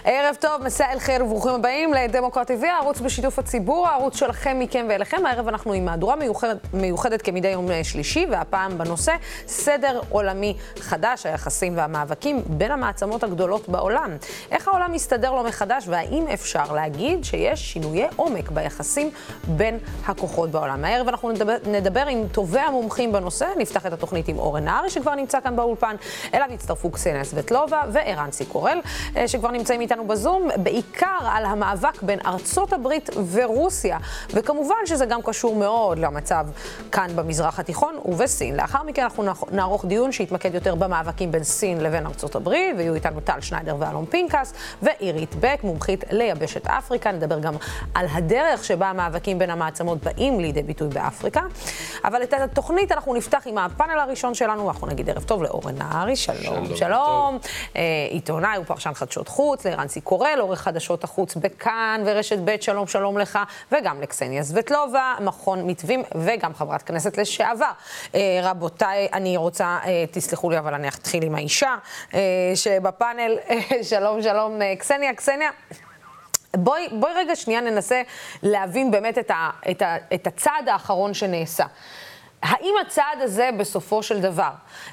ערב טוב, מסע אל חיר וברוכים הבאים לדמוקרט TV, הערוץ בשיתוף הציבור, הערוץ שלכם, מכם ואליכם. הערב אנחנו עם מהדורה מיוחדת כמדי יום שלישי, והפעם בנושא סדר עולמי חדש, היחסים והמאבקים בין המעצמות הגדולות בעולם. איך העולם מסתדר לו מחדש, והאם אפשר להגיד שיש שינויי עומק ביחסים בין הכוחות בעולם. הערב אנחנו נדבר עם טובי המומחים בנושא, נפתח את התוכנית עם אורן נהרי שכבר נמצא כאן באולפן, אליו יצטרפו קסניה סבטלובה וערנסי קורל שכבר נמצאים איתנו בזום, בעיקר על המאבק בין ארצות הברית ורוסיה, וכמובן שזה גם קשור מאוד למצב כאן במזרח התיכון ובסין. לאחר מכן אנחנו נערוך דיון שיתמקד יותר במאבקים בין סין לבין ארצות הברית, ויהיו איתנו טל שניידר ואלון פינקס ואירית בק, מומחית ליבשת אפריקה. נדבר גם על הדרך שבה המאבקים בין המעצמות באים לידי ביטוי באפריקה. אבל את התוכנית אנחנו נפתח עם הפאנל הראשון שלנו, אנחנו נגיד ערב טוב לאורן נהרי, שלום. עיתונאי ופרשן חדשות חוץ, לערנסי קורל, עורך חדשות החוץ בכאן ורשת ב', שלום לך, וגם לקסניה סבטלובה, מכון מתווים, וגם חברת כנסת לשעבר. רבותיי, אני רוצה, תסלחו לי, אבל אני אתחיל עם האישה שבפאנל. שלום, קסניה. בואי רגע שנייה ננסה להבין באמת את הצעד האחרון שנעשה. האם הצעד הזה בסופו של דבר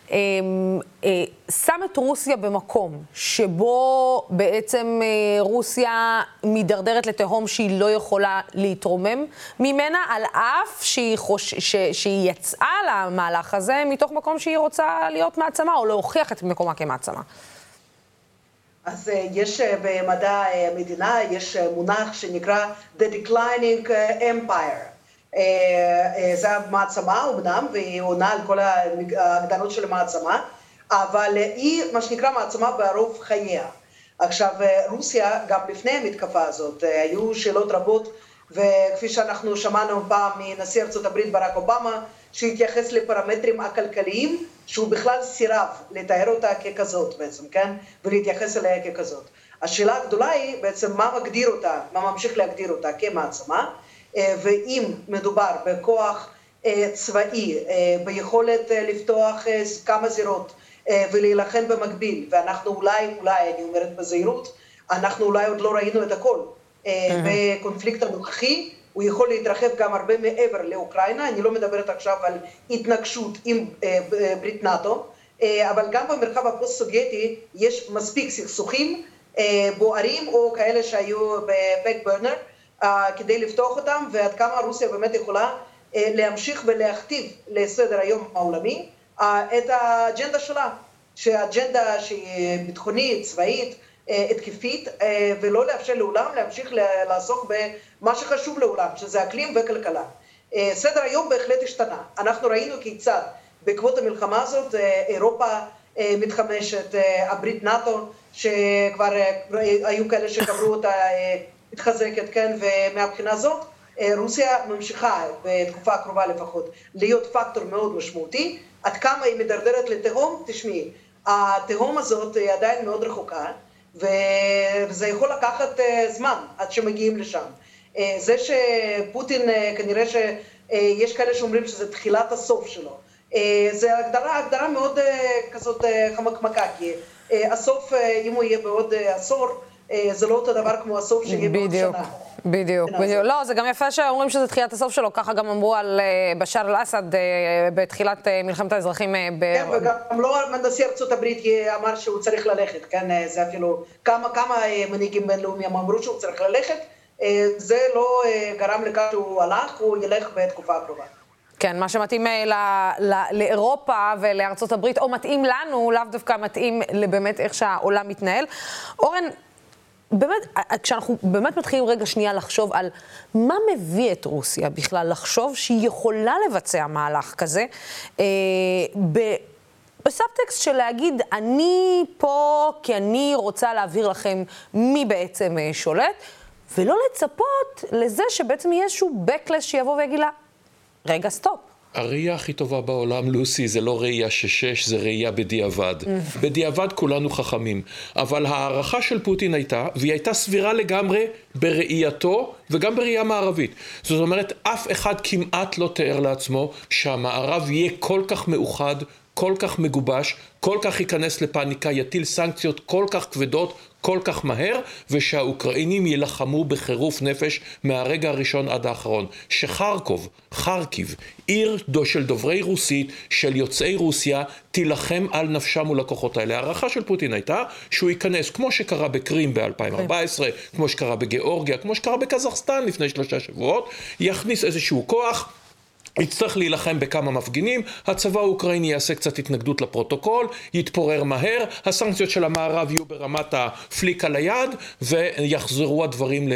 שם את רוסיה במקום שבו בעצם רוסיה מדרדרת לתהום שהיא לא יכולה להתרומם ממנה, על אף שהיא יצאה למהלך הזה מתוך מקום שהיא רוצה להיות מעצמה או להוכיח את מקומה כמעצמה? אז יש במדע המדינה, יש מונח שנקרא The Declining Empire. זה מעצמה אומנם, והיא עונה על כל ההגדרות של המעצמה, אבל היא מה שנקרא מעצמה בערוב חייה. עכשיו, רוסיה, גם לפני המתקפה הזאת, היו שאלות רבות, וכפי שאנחנו שמענו פעם מנשיא ארצות הברית ברק אובמה, שהתייחס לפרמטרים הכלכליים, שהוא בכלל סירב לתאר אותה ככזאת בעצם, כן? ולהתייחס אליה ככזאת. השאלה הגדולה היא בעצם מה מגדיר אותה, מה ממשיך להגדיר אותה כמעצמה, ואם מדובר בכוח צבאי, ביכולת לפתוח כמה זירות ולהילחם במקביל, ואנחנו אולי, אני אומרת בזהירות, אנחנו אולי עוד לא ראינו את הכל. בקונפליקט הנוכחי, הוא יכול להתרחב גם הרבה מעבר לאוקראינה, אני לא מדברת עכשיו על התנגשות עם ברית נאטו, אבל גם במרחב הפוסט-סובייטי יש מספיק סכסוכים בוערים או כאלה שהיו ב-back burner, כדי לפתוח אותם, ועד כמה רוסיה באמת יכולה להמשיך ולהכתיב לסדר היום העולמי את האג'נדה שלה, שהאג'נדה שהיא ביטחונית, צבאית, התקפית, ולא לאפשר לעולם להמשיך לעסוק במה שחשוב לעולם, שזה אקלים וכלכלה. סדר היום בהחלט השתנה. אנחנו ראינו כיצד בעקבות המלחמה הזאת אירופה מתחמשת, הברית נאטו, שכבר היו כאלה שקברו אותה מתחזקת, כן, ומהבחינה הזאת רוסיה ממשיכה בתקופה הקרובה לפחות להיות פקטור מאוד משמעותי. עד כמה היא מדרדרת לתהום? תשמעי, התהום הזאת היא עדיין מאוד רחוקה, וזה יכול לקחת זמן עד שמגיעים לשם. זה שפוטין, כנראה שיש כאלה שאומרים שזה תחילת הסוף שלו, זה הגדרה מאוד כזאת חמקמקה, כי הסוף, אם הוא יהיה בעוד עשור, זה לא אותו דבר כמו הסוף שיהיה בעוד שנה. בדיוק. לא, זה גם יפה שאומרים שזה תחילת הסוף שלו, ככה גם אמרו על בשאר אל-אסד בתחילת מלחמת האזרחים. כן, וגם לא נשיא ארצות הברית אמר שהוא צריך ללכת, כן, זה אפילו כמה מנהיגים בינלאומיים אמרו שהוא צריך ללכת, זה לא גרם לכך שהוא הלך, הוא ילך בתקופה הקרובה. כן, מה שמתאים לאירופה ולארצות הברית, או מתאים לנו, לאו דווקא מתאים לבאמת איך שהעולם מתנהל. אורן, באמת, כשאנחנו באמת מתחילים רגע שנייה לחשוב על מה מביא את רוסיה בכלל לחשוב שהיא יכולה לבצע מהלך כזה, בסאבטקסט של להגיד, אני פה כי אני רוצה להעביר לכם מי בעצם שולט, ולא לצפות לזה שבעצם יהיה איזשהו backlash שיבוא ויגיד לה, רגע, סטופ. הראייה הכי טובה בעולם, לוסי, זה לא ראייה שש, זה ראייה בדיעבד. בדיעבד כולנו חכמים. אבל הערכה של פוטין הייתה, והיא הייתה סבירה לגמרי בראייתו וגם בראייה מערבית. זאת אומרת, אף אחד כמעט לא תיאר לעצמו שהמערב יהיה כל כך מאוחד כל כך מגובש, כל כך ייכנס לפאניקה, יטיל סנקציות כל כך כבדות, כל כך מהר, ושהאוקראינים ילחמו בחירוף נפש מהרגע הראשון עד האחרון. חרקיב, עיר של דוברי רוסית, של יוצאי רוסיה, תילחם על נפשם מול הכוחות האלה. הערכה של פוטין הייתה שהוא ייכנס, כמו שקרה בקרים ב-2014, כמו שקרה בגיאורגיה, כמו שקרה בקזחסטן לפני 3 שבועות, יכניס איזשהו כוח, יצטרך להילחם בכמה מפגינים, הצבא האוקראיני יעשה קצת התנגדות לפרוטוקול, יתפורר מהר, הסנקציות של המערב יהיו ברמת הפליק על היד, ויחזרו הדברים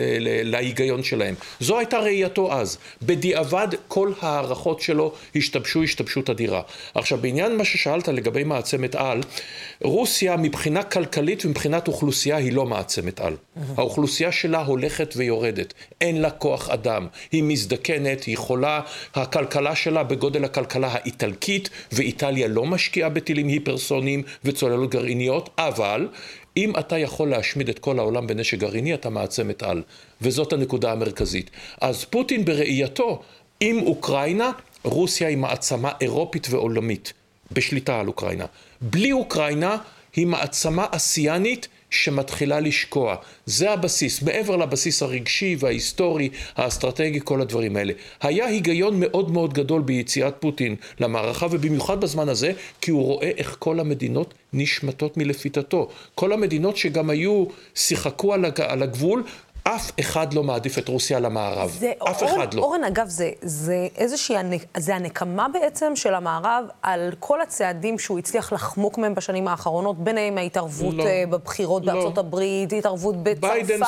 להיגיון שלהם. זו הייתה ראייתו אז. בדיעבד כל הערכות שלו השתבשו השתבשות אדירה. עכשיו, בעניין מה ששאלת לגבי מעצמת על, רוסיה מבחינה כלכלית ומבחינת אוכלוסייה היא לא מעצמת על. האוכלוסייה שלה הולכת ויורדת. אין לה כוח אדם. היא מזדקנת, היא חולה, הכלכלה שלה בגודל הכלכלה האיטלקית, ואיטליה לא משקיעה בטילים היפרסוניים וצוללות גרעיניות, אבל אם אתה יכול להשמיד את כל העולם בנשק גרעיני, אתה מעצמת על. וזאת הנקודה המרכזית. אז פוטין בראייתו, עם אוקראינה, רוסיה היא מעצמה אירופית ועולמית, בשליטה על אוקראינה. בלי אוקראינה היא מעצמה אסיאנית שמתחילה לשקוע. זה הבסיס, מעבר לבסיס הרגשי וההיסטורי, האסטרטגי, כל הדברים האלה. היה היגיון מאוד מאוד גדול ביציאת פוטין למערכה, ובמיוחד בזמן הזה, כי הוא רואה איך כל המדינות נשמטות מלפיתתו. כל המדינות שגם שיחקו על הגבול, אף אחד לא מעדיף את רוסיה למערב. אף אחד לא. אורן, אגב, זה איזושהי, זה הנקמה בעצם של המערב על כל הצעדים שהוא הצליח לחמוק מהם בשנים האחרונות, ביניהם ההתערבות בבחירות בארצות הברית, התערבות בצרפת.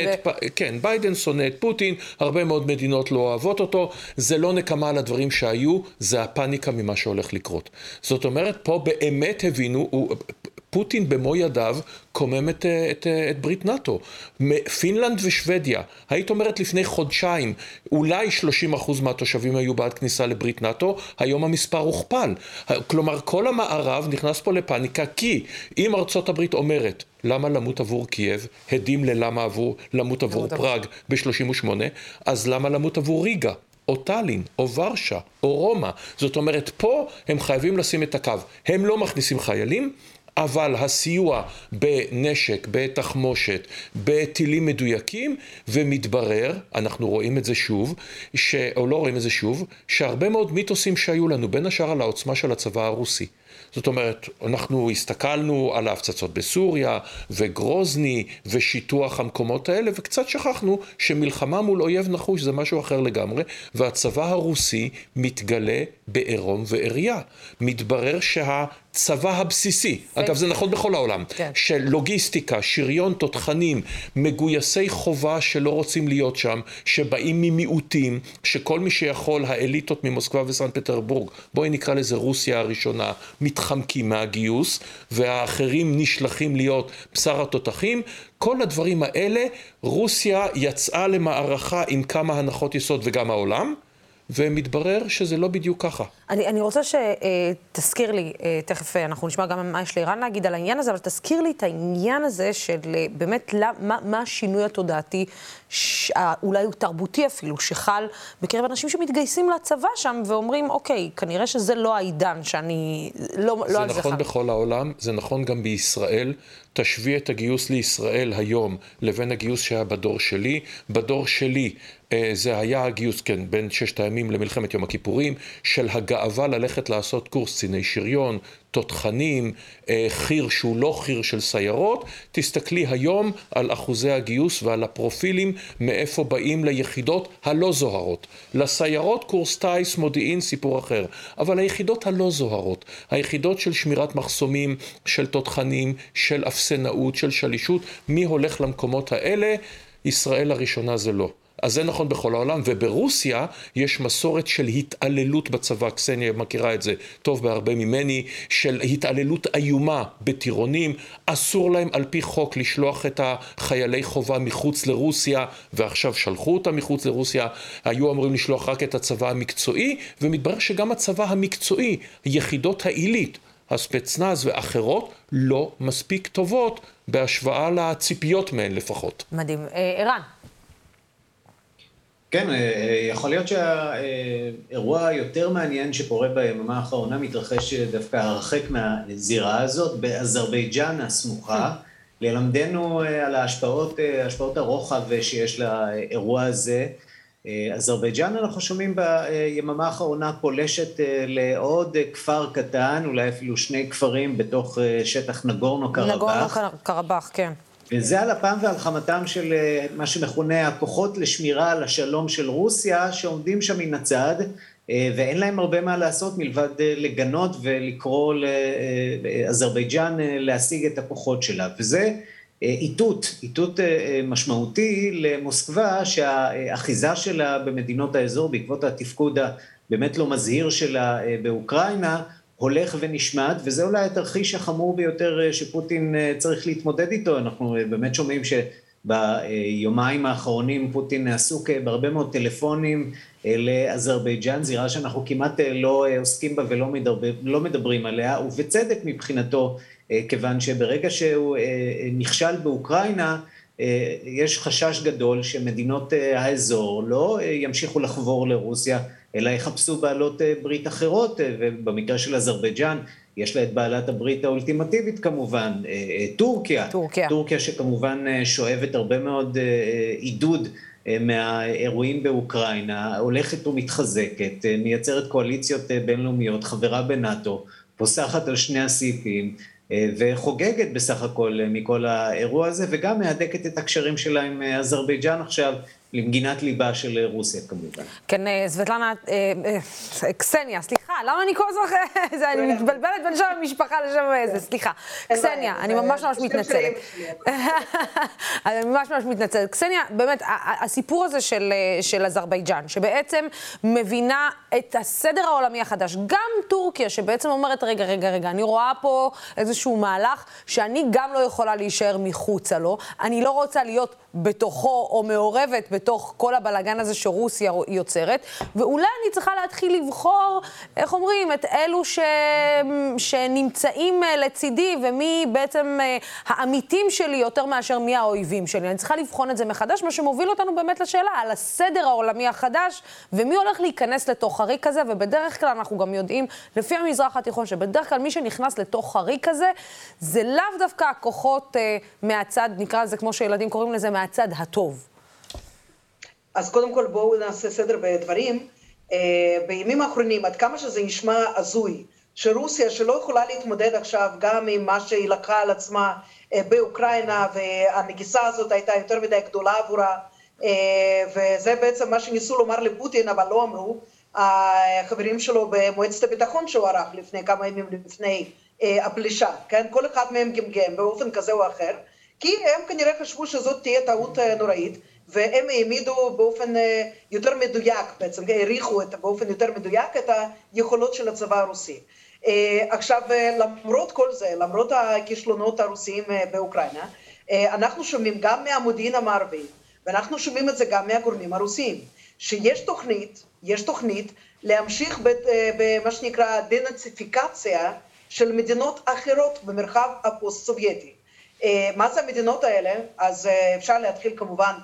כן, ביידן שונא את פוטין, הרבה מאוד מדינות לא אוהבות אותו, זה לא נקמה על הדברים שהיו, זה הפאניקה ממה שהולך לקרות. זאת אומרת, פה באמת הבינו, פוטין במו ידיו קומם את ברית נאטו. פינלנד ושוודיה, היית אומרת לפני חודשיים, אולי 30% מהתושבים היו בעד כניסה לברית נאטו, היום המספר הוכפל. כלומר, כל המערב נכנס פה לפאניקה, כי אם ארצות הברית אומרת, למה למות עבור קייב, הדים ללמה למות עבור פראג ב-38, אז למה למות עבור ריגה? או טלין, או ורשה, או רומא. זאת אומרת, פה הם חייבים לשים את הקו. הם לא מכניסים חיילים, אבל הסיוע בנשק, בתחמושת, בטילים מדויקים, ומתברר, אנחנו רואים את זה שוב, או לא רואים את זה שוב, שהרבה מאוד מיתוסים שהיו לנו, בין השאר על העוצמה של הצבא הרוסי. זאת אומרת, אנחנו הסתכלנו על ההפצצות בסוריה, וגרוזני, ושיטוח המקומות האלה, וקצת שכחנו שמלחמה מול אויב נחוש זה משהו אחר לגמרי, והצבא הרוסי מתגלה בעירום ועריה. מתברר צבא הבסיסי, אגב זה נכון בכל העולם, של לוגיסטיקה, שריון, תותחנים, מגויסי חובה שלא רוצים להיות שם, שבאים ממיעוטים, שכל מי שיכול, האליטות ממוסקבה וסן פטרבורג, בואי נקרא לזה רוסיה הראשונה, מתחמקים מהגיוס, והאחרים נשלחים להיות בשר התותחים. כל הדברים האלה, רוסיה יצאה למערכה עם כמה הנחות יסוד וגם העולם, ומתברר שזה לא בדיוק ככה. אני רוצה שתזכיר לי, תכף אנחנו נשמע גם מה יש לאיראן להגיד על העניין הזה, אבל תזכיר לי את העניין הזה של באמת מה השינוי התודעתי, אולי הוא תרבותי אפילו, שחל בקרב אנשים שמתגייסים לצבא שם ואומרים, אוקיי, כנראה שזה לא העידן שאני לא על זה זה נכון בכל העולם, זה נכון גם בישראל. תשווי את הגיוס לישראל היום לבין הגיוס שהיה בדור שלי. בדור שלי זה היה הגיוס, כן, בין 6 הימים למלחמת יום הכיפורים, של הגאווה ללכת לעשות קורס קציני שריון, תותחנים, חיר שהוא לא חיר של סיירות. תסתכלי היום על אחוזי הגיוס ועל הפרופילים מאיפה באים ליחידות הלא זוהרות. לסיירות קורס טייס, מודיעין, סיפור אחר. אבל היחידות הלא זוהרות, היחידות של שמירת מחסומים, של תותחנים, של אפסנאות, של שלישות, מי הולך למקומות האלה? ישראל הראשונה זה לא. אז זה נכון בכל העולם, וברוסיה יש מסורת של התעללות בצבא, קסניה מכירה את זה טוב בהרבה ממני, של התעללות איומה בטירונים, אסור להם על פי חוק לשלוח את החיילי חובה מחוץ לרוסיה, ועכשיו שלחו אותם מחוץ לרוסיה, היו אמורים לשלוח רק את הצבא המקצועי, ומתברר שגם הצבא המקצועי, יחידות העילית, הספצנז ואחרות, לא מספיק טובות בהשוואה לציפיות מהן לפחות. מדהים. ערן. כן, יכול להיות שהאירוע היותר מעניין שקורה ביממה האחרונה מתרחש דווקא הרחק מהזירה הזאת, באזרבייג'אן הסמוכה, ללמדנו על השפעות הרוחב שיש לאירוע הזה. אזרבייג'אן, אנחנו שומעים ביממה האחרונה פולשת לעוד כפר קטן, אולי אפילו 2 כפרים בתוך שטח נגורנו קרבאח. נגורנו קרבאח, כן. וזה על אפם ועל חמתם של מה שמכונה הכוחות לשמירה על השלום של רוסיה, שעומדים שם מן הצד, ואין להם הרבה מה לעשות מלבד לגנות ולקרוא לאזרבייג'אן להשיג את הכוחות שלה. וזה איתות משמעותי למוסקבה, שהאחיזה שלה במדינות האזור, בעקבות התפקוד הבאמת לא מזהיר שלה באוקראינה, הולך ונשמד, וזה אולי התרחיש החמור ביותר שפוטין צריך להתמודד איתו. אנחנו באמת שומעים שביומיים האחרונים פוטין עסוק בהרבה מאוד טלפונים לאזרבייג'אן, זירה שאנחנו כמעט לא עוסקים בה ולא מדברים עליה, ובצדק מבחינתו, כיוון שברגע שהוא נכשל באוקראינה, יש חשש גדול שמדינות האזור לא ימשיכו לחבור לרוסיה, אלא יחפשו בעלות ברית אחרות, ובמקרה של אזרבייג'אן יש לה את בעלת הברית האולטימטיבית כמובן, טורקיה שכמובן שואבת הרבה מאוד עידוד מהאירועים באוקראינה, הולכת ומתחזקת, מייצרת קואליציות בינלאומיות, חברה בנאטו, פוסחת על 2 הסעיפים, וחוגגת בסך הכל מכל האירוע הזה, וגם מהדקת את הקשרים שלה עם אזרבייג'אן עכשיו, למגינת ליבה של רוסיה כמובן. כן, סבטלנה, קסניה, סליחה, למה אני כל הזמן, אני מתבלבלת בין שם המשפחה לשם איזה, סליחה. קסניה, אני ממש מתנצלת. אני ממש מתנצלת. קסניה, באמת, הסיפור הזה של אזרבייג'אן, שבעצם מבינה את הסדר העולמי החדש, גם טורקיה, שבעצם אומרת, רגע, אני רואה פה איזשהו מהלך, שאני גם לא יכולה להישאר מחוצה לו, אני לא רוצה להיות בתוכו או מעורבת בתוך כל הבלגן הזה שרוסיה יוצרת, ואולי אני צריכה להתחיל לבחור, איך אומרים, את אלו שנמצאים לצידי, ומי בעצם האמיתים שלי יותר מאשר מי האויבים שלי. אני צריכה לבחון את זה מחדש, מה שמוביל אותנו באמת לשאלה על הסדר העולמי החדש, ומי הולך להיכנס לתוך הריק הזה, ובדרך כלל אנחנו גם יודעים, לפי המזרח התיכון, שבדרך כלל מי שנכנס לתוך הריק הזה, זה לאו דווקא הכוחות מהצד, נקרא לזה כמו שילדים קוראים לזה, מהצד הטוב. אז קודם כל בואו נעשה סדר בדברים. בימים האחרונים, עד כמה שזה נשמע הזוי, שרוסיה שלא יכולה להתמודד עכשיו גם עם מה שהיא לקחה על עצמה באוקראינה, והנגיסה הזאת הייתה יותר מדי גדולה עבורה, וזה בעצם מה שניסו לומר לפוטין, אבל לא אמרו, החברים שלו במועצת הביטחון שהוא ערך לפני כמה ימים לפני הפלישה, כן? כל אחד מהם גמגם באופן כזה או אחר, כי הם כנראה חשבו שזאת תהיה טעות נוראית, והם העמידו באופן יותר מדויק, בעצם העריכו באופן יותר מדויק את היכולות של הצבא הרוסי. עכשיו, למרות כל זה, למרות הכישלונות הרוסיים באוקראינה, אנחנו שומעים גם מהמודיעין המערבי, ואנחנו שומעים את זה גם מהגורמים הרוסיים, שיש תוכנית להמשיך במה שנקרא דנאציפיקציה של מדינות אחרות במרחב הפוסט-סובייטי. מה זה המדינות האלה? אז אפשר להתחיל כמובן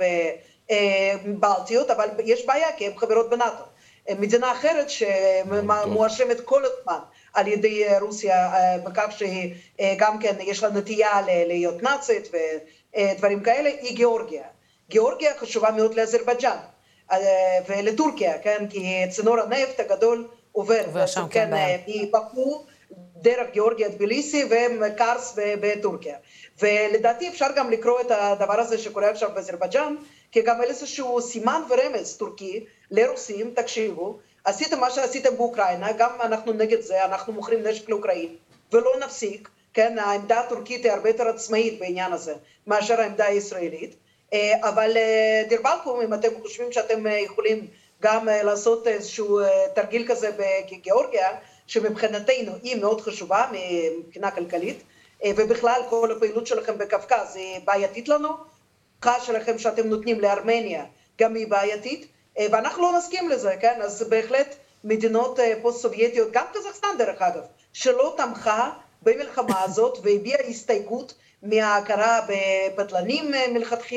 בבלטיות, אבל יש בעיה כי הן חברות בנאטו. מדינה אחרת שמואשמת כל הזמן על ידי רוסיה בכך שהיא גם כן יש לה נטייה להיות נאצית ודברים כאלה, היא גיאורגיה. גיאורגיה חשובה מאוד לאזרבייג'אן ולטורקיה, כן? כי צינור הנפט הגדול עובר כן, מבאקו דרך גיאורגיה טביליסי וקרס בטורקיה. ולדעתי אפשר גם לקרוא את הדבר הזה שקורה עכשיו באזרבייג'אן, כי גם איזשהו סימן ורמז טורקי לרוסים, תקשיבו, עשיתם מה שעשיתם באוקראינה, גם אנחנו נגד זה, אנחנו מוכרים נשק לאוקראין, ולא נפסיק, כן, העמדה הטורקית היא הרבה יותר עצמאית בעניין הזה, מאשר העמדה הישראלית, אבל דיר באלקום, אם אתם חושבים שאתם יכולים גם לעשות איזשהו תרגיל כזה בגיאורגיה, שמבחינתנו היא מאוד חשובה מבחינה כלכלית, ובכלל כל הפעילות שלכם בקווקז היא בעייתית לנו, ההבטחה שלכם שאתם נותנים לארמניה גם היא בעייתית, ואנחנו לא נסכים לזה, כן? אז בהחלט מדינות פוסט-סובייטיות, גם קזחסטן דרך אגב, שלא תמכה במלחמה הזאת והביעה הסתייגות מההכרה בבטלנים מלכתחילה,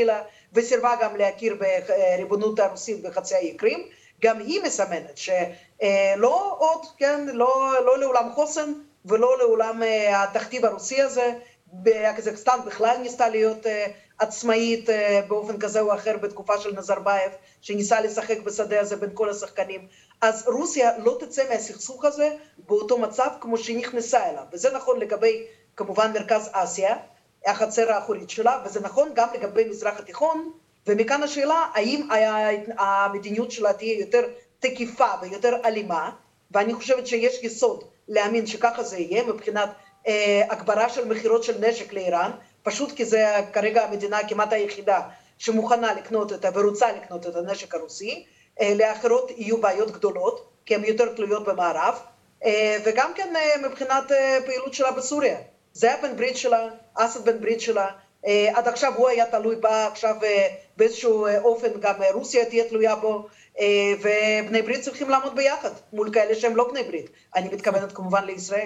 וסירבה גם להכיר בריבונות הרוסית בחצי האי קרים, גם היא מסמנת שלא עוד, כן, לא לעולם חוסן ולא לעולם התכתיב הרוסי הזה. קזחסטן בכלל ניסתה להיות עצמאית באופן כזה או אחר בתקופה של נזרבייב, שניסה לשחק בשדה הזה בין כל השחקנים. אז רוסיה לא תצא מהסכסוך הזה באותו מצב כמו שהיא נכנסה אליו. וזה נכון לגבי כמובן מרכז אסיה, החצר האחורית שלה, וזה נכון גם לגבי מזרח התיכון, ומכאן השאלה האם המדיניות שלה תהיה יותר תקיפה ויותר אלימה, ואני חושבת שיש יסוד להאמין שככה זה יהיה מבחינת הגברה של מחירות של נשק לאיראן, פשוט כי זה כרגע המדינה כמעט היחידה שמוכנה לקנות ורוצה לקנות את הנשק הרוסי, לאחרות יהיו בעיות גדולות, כי הן יותר תלויות במערב, וגם כן מבחינת פעילות שלה בסוריה. זה היה בן ברית שלה, אסד בן ברית שלה, עד עכשיו הוא היה תלוי בה, עכשיו באיזשהו אופן גם רוסיה תהיה תלויה בו, ובני ברית צריכים לעמוד ביחד מול כאלה שהם לא בני ברית. אני מתכוונת כמובן לישראל.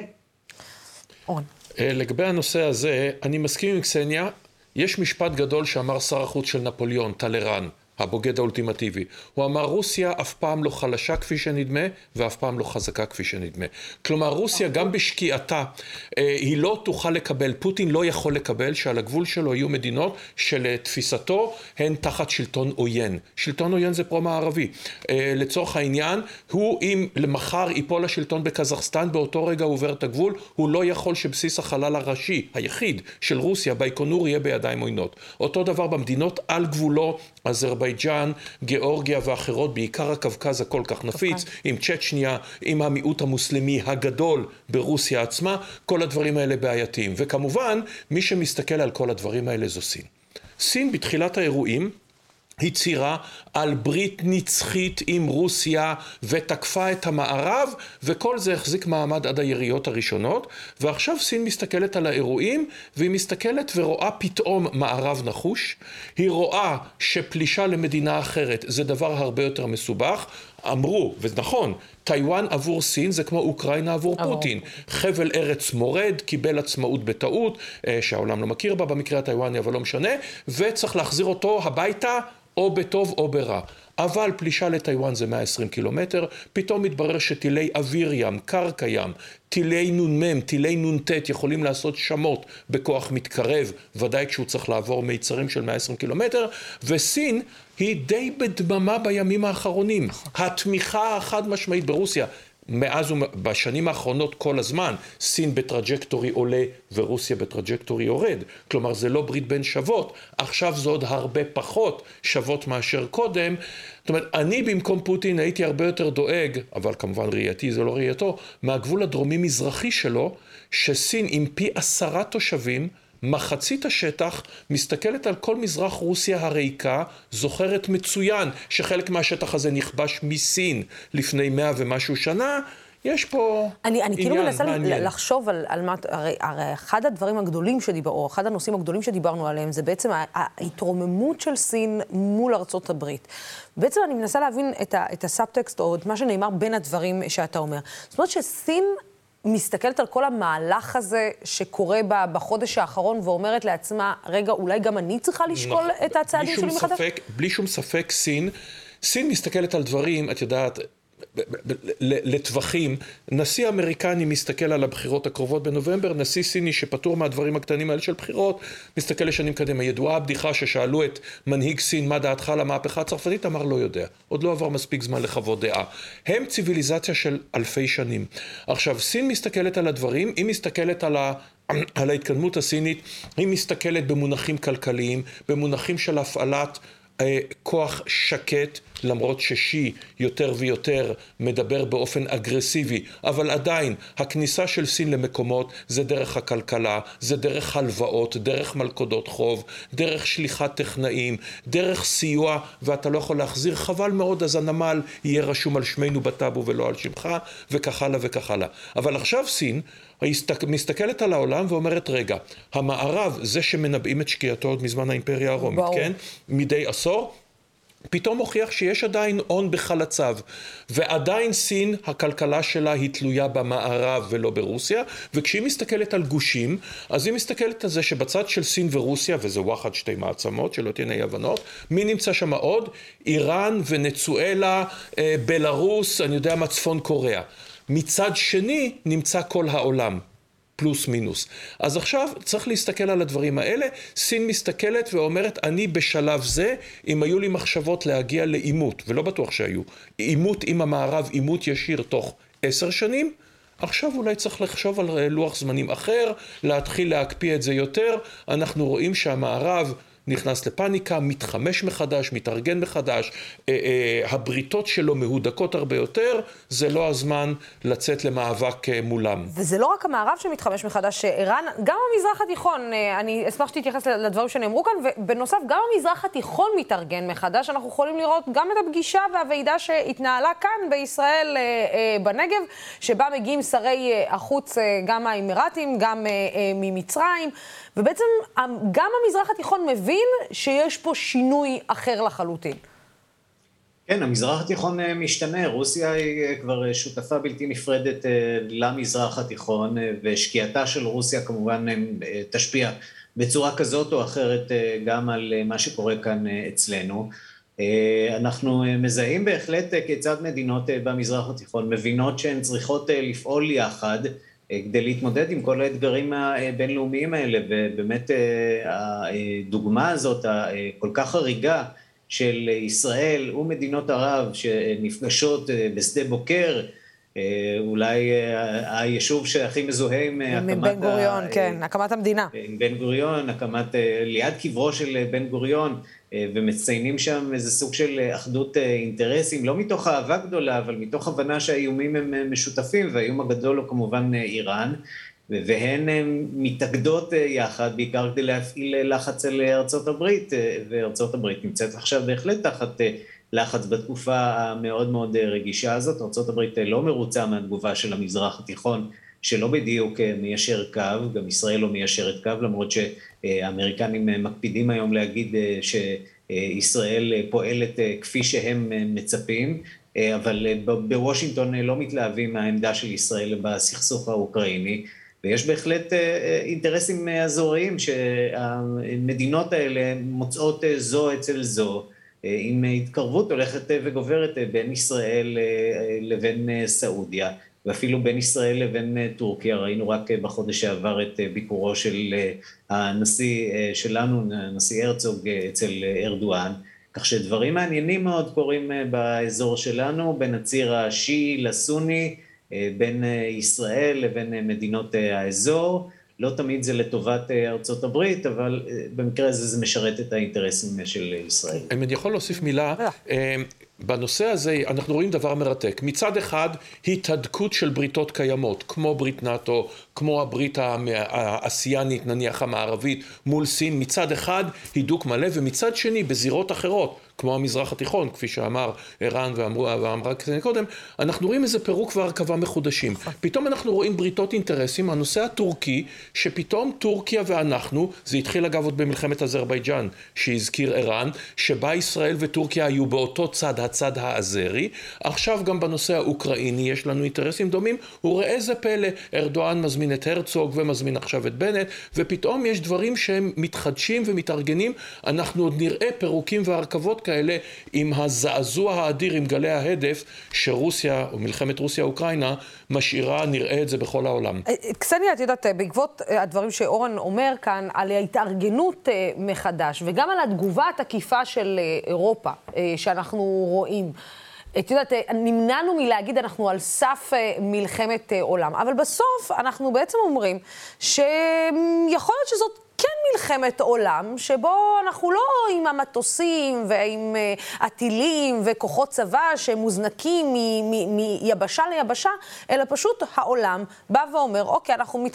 לגבי הנושא הזה, אני מסכים עם קסניה, יש משפט גדול שאמר שר החוץ של נפוליאון, טלרן, הבוגד האולטימטיבי. הוא אמר, רוסיה אף פעם לא חלשה כפי שנדמה, ואף פעם לא חזקה כפי שנדמה. כלומר, רוסיה גם בשקיעתה, היא לא תוכל לקבל, פוטין לא יכול לקבל שעל הגבול שלו יהיו מדינות שלתפיסתו הן תחת שלטון עוין. שלטון עוין זה פרו-מערבי. לצורך העניין, הוא אם למחר ייפול השלטון בקזחסטן, באותו רגע הוא עובר את הגבול, הוא לא יכול שבסיס החלל הראשי, היחיד של רוסיה, באיקונור, יהיה בידיים עוינות. אותו דבר במדינות על גבולו, אזרבייג'אן, גיאורגיה ואחרות, בעיקר הקווקז הכל כך נפיץ, עם צ'צ'ניה, עם המיעוט המוסלמי הגדול ברוסיה עצמה, כל הדברים האלה בעייתיים. וכמובן, מי שמסתכל על כל הדברים האלה זו סין. סין בתחילת האירועים הצהירה על ברית נצחית עם רוסיה ותקפה את המערב, וכל זה החזיק מעמד עד היריות הראשונות, ועכשיו סין מסתכלת על האירועים, והיא מסתכלת ורואה פתאום מערב נחוש, היא רואה שפלישה למדינה אחרת זה דבר הרבה יותר מסובך, אמרו, ונכון, טיואן עבור סין זה כמו אוקראינה עבור פוטין. חבל ארץ מורד, קיבל עצמאות בטעות, שהעולם לא מכיר בה במקרה הטיואני, אבל לא משנה, וצריך להחזיר אותו הביתה או בטוב או ברע. אבל פלישה לטיואן זה 120 קילומטר, פתאום מתברר שטילי אוויר ים, קרקע ים, טילי נ"מ, טילי נ"ט יכולים לעשות שמות בכוח מתקרב, ודאי כשהוא צריך לעבור מיצרים של 120 קילומטר, וסין היא די בדממה בימים האחרונים. התמיכה החד משמעית ברוסיה, מאז ובשנים האחרונות כל הזמן, סין בטראג'קטורי עולה ורוסיה בטראג'קטורי יורד. כלומר, זה לא ברית בין שוות. עכשיו זה עוד הרבה פחות שוות מאשר קודם. זאת אומרת, אני במקום פוטין הייתי הרבה יותר דואג, אבל כמובן ראייתי זה לא ראייתו, מהגבול הדרומי-מזרחי שלו, שסין עם פי 10 תושבים, מחצית השטח מסתכלת על כל מזרח רוסיה הריקה, זוכרת מצוין שחלק מהשטח הזה נכבש מסין לפני 100 ומשהו שנה. יש פה עניין מעניין. אני כאילו מנסה לחשוב על מה, הרי אחד הדברים הגדולים שדיברנו, אחד הנושאים הגדולים שדיברנו עליהם, זה בעצם ההתרוממות של סין מול ארצות הברית. בעצם אני מנסה להבין את הסאבטקסט או את מה שנאמר בין הדברים שאתה אומר. זאת אומרת שסין מסתכלת על כל המהלך הזה שקורה בחודש האחרון ואומרת לעצמה, רגע, אולי גם אני צריכה לשקול את הצעדים שלי מחדש? בלי שום ספק, סין מסתכלת על דברים, את יודעת, לטווחים. נשיא אמריקני מסתכל על הבחירות הקרובות בנובמבר, נשיא סיני שפטור מהדברים הקטנים האלה של בחירות, מסתכל לשנים קדימה. ידועה הבדיחה ששאלו את מנהיג סין מה דעתך על המהפכה הצרפתית, אמר לא יודע. עוד לא עבר מספיק זמן לחוות דעה. הם ציוויליזציה של אלפי שנים. עכשיו, סין מסתכלת על הדברים, היא מסתכלת על ההתקדמות הסינית, היא מסתכלת במונחים כלכליים, במונחים של הפעלת כוח שקט, למרות ששי יותר ויותר מדבר באופן אגרסיבי, אבל עדיין הכניסה של סין למקומות זה דרך הכלכלה, זה דרך הלוואות, דרך מלכודות חוב, דרך שליחת טכנאים, דרך סיוע, ואתה לא יכול להחזיר, חבל מאוד, אז הנמל יהיה רשום על שמנו בטאבו ולא על שמך, וכך הלאה וכך הלאה. אבל עכשיו סין מסתכלת על העולם ואומרת, רגע, המערב זה שמנבאים את שקיעתו עוד מזמן האימפריה הרומית, כן? מדי עשור, פתאום הוכיח שיש עדיין הון בחלציו, ועדיין סין, הכלכלה שלה היא תלויה במערב ולא ברוסיה, וכשהיא מסתכלת על גושים, אז היא מסתכלת על זה שבצד של סין ורוסיה, וזה וואחד שתי מעצמות, שלא תהיינה אי הבנות, מי נמצא שם עוד? איראן ונצואלה, בלרוס, אני יודע מה, צפון קוריאה. מצד שני נמצא כל העולם. פלוס מינוס. אז עכשיו צריך להסתכל על הדברים האלה. סין מסתכלת ואומרת, אני בשלב זה, אם היו לי מחשבות להגיע לאימות, ולא בטוח שהיו, אימות עם המערב, אימות ישיר תוך 10 שנים, עכשיו אולי צריך לחשוב על לוח זמנים אחר, להתחיל להקפיא את זה יותר. אנחנו רואים שהמערב נכנס לפאניקה, מתחמש מחדש, מתארגן מחדש, הבריתות שלו מהודקות הרבה יותר, זה לא הזמן לצאת למאבק מולם. וזה לא רק המערב שמתחמש מחדש, איראן, גם המזרח התיכון, אני אשמח שתתייחס לדברים שנאמרו כאן, ובנוסף גם המזרח התיכון מתארגן מחדש, אנחנו יכולים לראות גם את הפגישה והוועידה שהתנהלה כאן בישראל בנגב, שבה מגיעים שרי החוץ גם מהאמירתים, גם ממצרים, ובעצם גם המזרח התיכון מבין שיש פה שינוי אחר לחלוטין. כן, המזרח התיכון משתנה, רוסיה היא כבר שותפה בלתי נפרדת למזרח התיכון, ושקיעתה של רוסיה כמובן תשפיע בצורה כזאת או אחרת גם על מה שקורה כאן אצלנו. אנחנו מזהים בהחלט כיצד מדינות במזרח התיכון מבינות שהן צריכות לפעול יחד, כדי להתמודד עם כל האתגרים הבינלאומיים האלה, ובאמת הדוגמה הזאת, כל כך חריגה של ישראל ומדינות ערב שנפגשות בשדה בוקר, אולי היישוב שהכי מזוהה עם הקמת... בן גוריון, כן, הקמת המדינה. בן גוריון, ליד קברו של בן גוריון, ומציינים שם איזה סוג של אחדות אינטרסים, לא מתוך אהבה גדולה, אבל מתוך הבנה שהאיומים הם משותפים, והאיום הגדול הוא כמובן איראן, והן מתאגדות יחד, בעיקר כדי להפעיל לחץ על ארצות הברית, וארצות הברית נמצאת עכשיו בהחלט תחת לחץ בתקופה המאוד מאוד רגישה הזאת. ארצות הברית לא מרוצה מהתגובה של המזרח התיכון, שלא בדיוק מיישר קו, גם ישראל לא מיישרת קו, למרות שהאמריקנים מקפידים היום להגיד שישראל פועלת כפי שהם מצפים, אבל בוושינגטון לא מתלהבים מהעמדה של ישראל בסכסוך האוקראיני, ויש בהחלט אינטרסים אזוריים שהמדינות האלה מוצאות זו אצל זו, עם התקרבות הולכת וגוברת בין ישראל לבין סעודיה, ואפילו בין ישראל לבין טורקיה. ראינו רק בחודש שעבר את ביקורו של הנשיא שלנו, הנשיא הרצוג, אצל ארדואן, כך שדברים מעניינים מאוד קורים באזור שלנו, בין הציר השיעי לסוני, בין ישראל לבין מדינות האזור. לא תמיד זה לטובת ארצות הברית, אבל במקרה הזה זה משרת את האינטרסים של ישראל. אני יכול להוסיף מילה. בנושא הזה אנחנו רואים דבר מרתק. מצד אחד, התהדקות של בריתות קיימות, כמו ברית נאטו, כמו הברית האסיאנית, נניח המערבית, מול סין. מצד אחד, הידוק מלא, ומצד שני, בזירות אחרות, כמו המזרח התיכון, כפי שאמר איראן ואמרה כזה קודם, אנחנו רואים איזה פירוק והרכבה מחודשים. פתאום אנחנו רואים בריתות אינטרסים, הנושא הטורקי, שפתאום טורקיה ואנחנו, זה התחיל אגב עוד במלחמת אזרבייג'אן, שהזכיר איראן, שבה ישראל וטורקיה היו באותו צד, הצד האזרי. עכשיו גם בנושא האוקראיני יש לנו אינטרסים דומים, וראה איזה פלא, ארדואן מזמין את הרצוג ומזמין עכשיו את בנט, ופתאום יש דברים שהם מתחדשים ומתארגנים, אנחנו עוד נראה פירוקים והרכבות כאלה עם הזעזוע האדיר, עם גלי ההדף שרוסיה, או מלחמת רוסיה-אוקראינה, משאירה, נראה את זה בכל העולם. קסניה, את יודעת, בעקבות הדברים שאורן אומר כאן, על ההתארגנות מחדש, וגם על התגובה התקיפה של אירופה, שאנחנו רואים, את יודעת, נמנענו מלהגיד אנחנו על סף מלחמת עולם, אבל בסוף אנחנו בעצם אומרים שיכול להיות שזאת כן מלחמת עולם, שבו אנחנו לא עם המטוסים ועם הטילים וכוחות צבא שמוזנקים מיבשה ליבשה, אלא פשוט העולם בא ואומר, אוקיי, אנחנו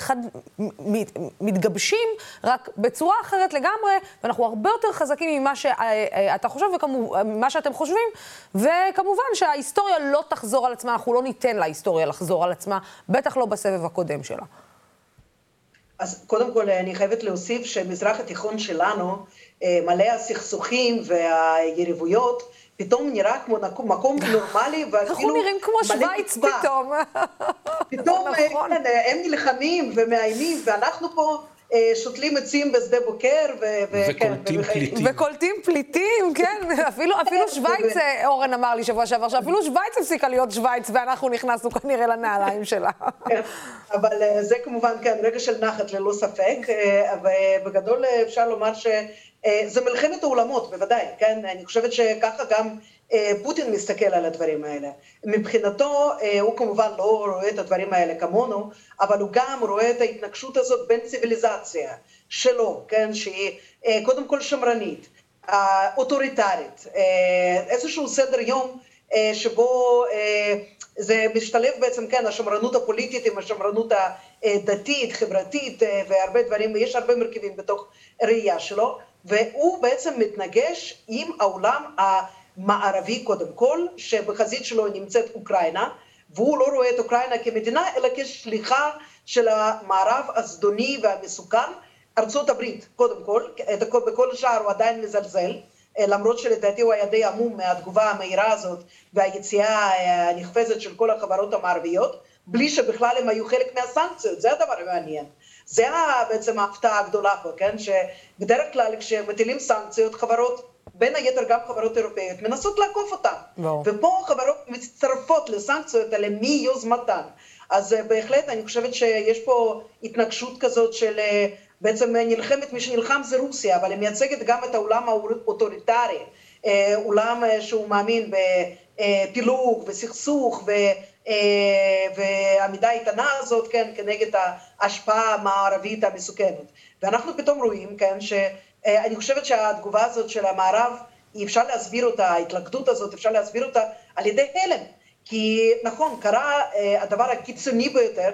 מתגבשים רק בצורה אחרת לגמרי, ואנחנו הרבה יותר חזקים ממה שאתה חושב ומה שאתם חושבים, וכמובן שההיסטוריה לא תחזור על עצמה, אנחנו לא ניתן להיסטוריה לחזור על עצמה, בטח לא בסבב הקודם שלה. אז קודם כל אני חייבת להוסיף שמזרח התיכון שלנו מלא הסכסוכים והיריבויות פתאום נראה כמו מקום נורמלי, אנחנו נראים כמו שוויץ פתאום. פתאום הם נלחמים ומאיימים, ואנחנו פה שותלים עצים בשדה בוקר, וקולטים פליטים. וקולטים פליטים, כן. אפילו שוויץ, אורן אמר לי שבוע שעבר, שאפילו שוויץ הפסיקה להיות שוויץ, ואנחנו נכנסנו כנראה לנעליים שלה. אבל זה כמובן, כן, רגע של נחת ללא ספק, ובגדול אפשר לומר זה מלחמת העולמות, בוודאי, כן? אני חושבת שככה גם פוטין מסתכל על הדברים האלה. מבחינתו, הוא כמובן לא רואה את הדברים האלה כמונו, אבל הוא גם רואה את ההתנגשות הזאת בין ציוויליזציה שלו, כן? שהיא קודם כל שמרנית, אוטוריטרית, איזשהו סדר יום שבו זה משתלב בעצם, כן, השמרנות הפוליטית עם השמרנות הדתית, חברתית, והרבה דברים, ויש הרבה מרכיבים בתוך ראייה שלו, והוא בעצם מתנגש עם העולם המערבי קודם כל, שבחזית שלו נמצאת אוקראינה, והוא לא רואה את אוקראינה כמדינה, אלא כשליחה של המערב הזדוני והמסוכן, ארצות הברית קודם כל, בכל השאר הוא עדיין מזלזל, למרות שלדעתי הוא היה די עמום מהתגובה המהירה הזאת, והיציאה הנחפזת של כל החברות המערביות, בלי שבכלל הם היו חלק מהסנקציות, זה הדבר המעניין. זה בעצם ההפתעה הגדולה פה, כן? שבדרך כלל כשמטילים סנקציות, חברות, בין היתר גם חברות אירופאיות, מנסות לעקוף אותן. ופה חברות מצטרפות לסנקציות האלה מיוזמתן. אז בהחלט אני חושבת שיש פה התנגשות כזאת של בעצם נלחמת, מי שנלחם זה רוסיה, אבל היא מייצגת גם את העולם האוטוריטרי, עולם שהוא מאמין בפילוג וסכסוך והעמידה איתנה הזאת, כן, כנגד ההשפעה המערבית המסוכנת. ואנחנו פתאום רואים, כן, שאני חושבת שהתגובה הזאת של המערב, אפשר להסביר אותה, ההתלכדות הזאת, אפשר להסביר אותה על ידי הלם. כי נכון, קרה הדבר הקיצוני ביותר,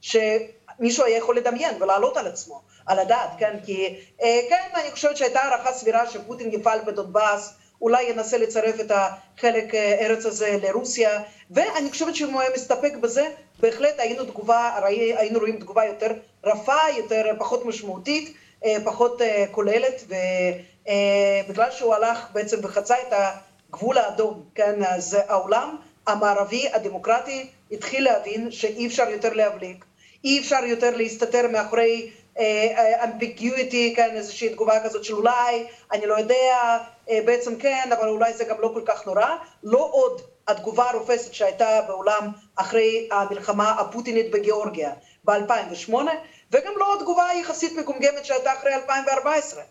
שמישהו היה יכול לדמיין ולעלות על עצמו, על הדעת, כן? כי כן, אני חושבת שהייתה הערכה סבירה שפוטין יפעל בדונבאס, אולי ינסה לצרף את החלק ארץ הזה לרוסיה, ואני חושבת שאם הוא היה מסתפק בזה, בהחלט היינו רואים תגובה יותר רפה, פחות משמעותית, פחות כוללת, ובגלל שהוא הלך בעצם וחצה את הגבול האדום, כן? אז העולם המערבי הדמוקרטי התחיל להבין שאי אפשר יותר להבליג, אי אפשר יותר להסתתר מאחורי ambiguity, כן, איזושהי תגובה כזאת של אולי, אני לא יודע, בעצם כן, אבל אולי זה גם לא כל כך נורא, לא עוד התגובה הרופסת שהייתה בעולם אחרי המלחמה הפוטינית בגיאורגיה ב-2008, וגם לא התגובה היחסית מגומגמת שהייתה אחרי 2014.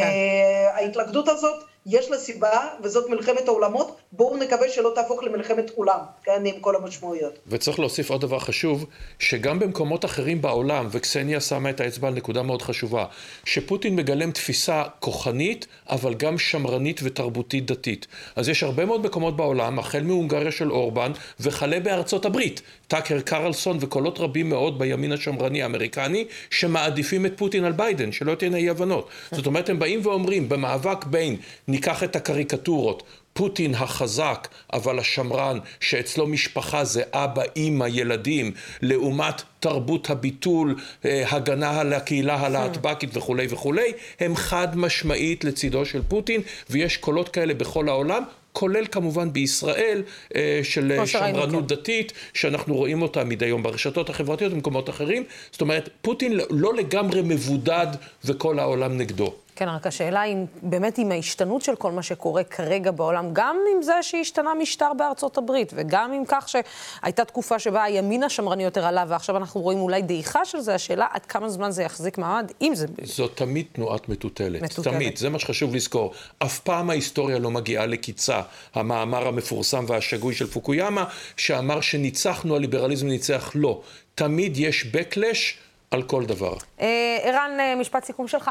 ההתלכדות הזאת, יש לה סיבה, וזאת מלחמת העולמות, בואו נקווה שלא תהפוך למלחמת עולם, כן, עם כל המשמעויות. וצריך להוסיף עוד דבר חשוב, שגם במקומות אחרים בעולם, וקסניה שמה את האצבע על נקודה מאוד חשובה, שפוטין מגלם תפיסה כוחנית, אבל גם שמרנית ותרבותית דתית. אז יש הרבה מאוד מקומות בעולם, החל מהונגריה של אורבן, וכלה בארצות הברית, טאקר קרלסון וקולות רבים מאוד בימין השמרני האמריקני, שמעדיפים את פוטין על ביידן, שלא תהיינה אי הבנות. זאת אומרת, הם באים ואומרים, במאבק בין, ניקח את הקריקטורות, פוטין החזק, אבל השמרן, שאצלו משפחה זה אבא, אמא, ילדים, לעומת תרבות הביטול, הגנה על הקהילה הלהטבקית וכו' וכו', הם חד משמעית לצידו של פוטין, ויש קולות כאלה בכל העולם, כולל כמובן בישראל של שמרנות דתית, שאנחנו רואים אותה מדי יום ברשתות החברתיות ובמקומות אחרים. זאת אומרת, פוטין לא לגמרי מבודד וכל העולם נגדו. כן, רק השאלה היא באמת עם ההשתנות של כל מה שקורה כרגע בעולם, גם עם זה שהשתנה משטר בארצות הברית, וגם עם כך שהייתה תקופה שבה הימין השמרני יותר עלה, ועכשיו אנחנו רואים אולי דעיכה של זה, השאלה עד כמה זמן זה יחזיק מעמד, אם זה... זו תמיד תנועת מטוטלת. תמיד, זה מה שחשוב לזכור. אף פעם ההיסטוריה לא מגיעה לקיצה. המאמר המפורסם והשגוי של פוקויאמה, שאמר שניצחנו, הליברליזם ניצח, לא. תמיד יש בקלש על כל דבר. ערן, משפט סיכום שלך.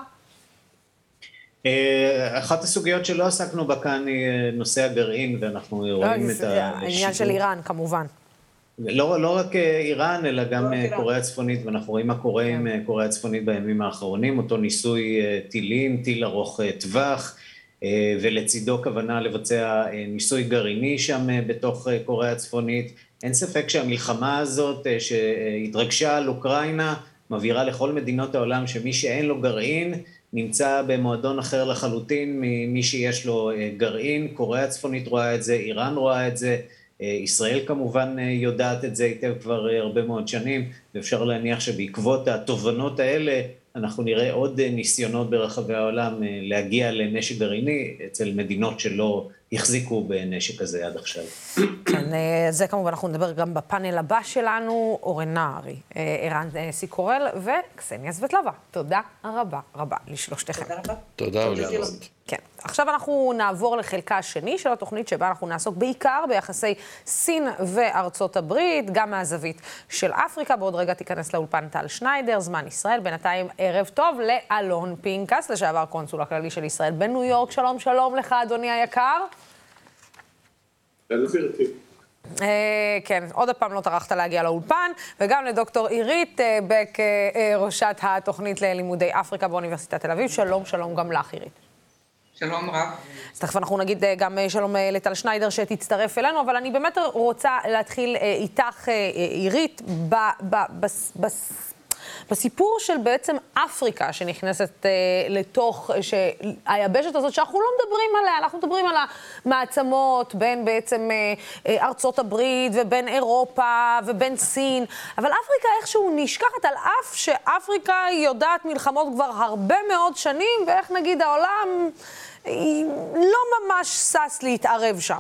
אחת הסוגיות שלא עסקנו בה כאן היא נושא הגרעין, ואנחנו רואים את העניין של איראן, כמובן. לא רק איראן, אלא גם קוריאה הצפונית, ואנחנו רואים מה קורה עם קוריאה הצפונית בימים האחרונים, אותו ניסוי טילים, טיל ארוך טווח, ולצידו כוונה לבצע ניסוי גרעיני שם בתוך קוריאה הצפונית. אין ספק שהמלחמה הזאת שהתרגשה על אוקראינה, מבהירה לכל מדינות העולם שמי שאין לו גרעין, נמצא במועדון אחר לחלוטין ממי שיש לו גרעין, קוריאה הצפונית רואה את זה, איראן רואה את זה, ישראל כמובן יודעת את זה היטב כבר הרבה מאוד שנים, ואפשר להניח שבעקבות התובנות האלה אנחנו נראה עוד ניסיונות ברחבי העולם להגיע לנשק גרעיני אצל מדינות שלא החזיקו בנשק הזה עד עכשיו. כן, זה כמובן אנחנו נדבר גם בפאנל הבא שלנו, אורן נהרי, ערן סיקורל וקסניה סבטלובה. תודה רבה רבה לשלושתכם. תודה רבה. תודה רבה. כן. עכשיו אנחנו נעבור לחלקה השני של התוכנית שבה אנחנו נעסוק בעיקר ביחסי סין וארצות הברית, גם מהזווית של אפריקה. בעוד רגע תיכנס לאולפן טל שניידר, זמן ישראל. בינתיים ערב טוב לאלון פינקס, לשעבר קונסול הכללי של ישראל בניו יורק. שלום, שלום לך, אדוני היקר. כן, עוד הפעם לא טרחת להגיע לאולפן, וגם לדוקטור עירית בק, ראשת התוכנית ללימודי אפריקה באוניברסיטת תל אביב. שלום, שלום גם לך, עירית. שלום רב. אז תכף אנחנו נגיד גם שלום לטל שניידר שתצטרף אלינו, אבל אני באמת רוצה להתחיל איתך, עירית, בסיפור של בעצם אפריקה שנכנסת לתוך היבשת הזאת שאנחנו לא מדברים עליה, אנחנו מדברים על המעצמות בין בעצם ארצות הברית ובין אירופה ובין סין, אבל אפריקה איכשהו נשכחת על אף שאפריקה יודעת מלחמות כבר הרבה מאוד שנים, ואיך נגיד העולם לא ממש סס להתערב שם.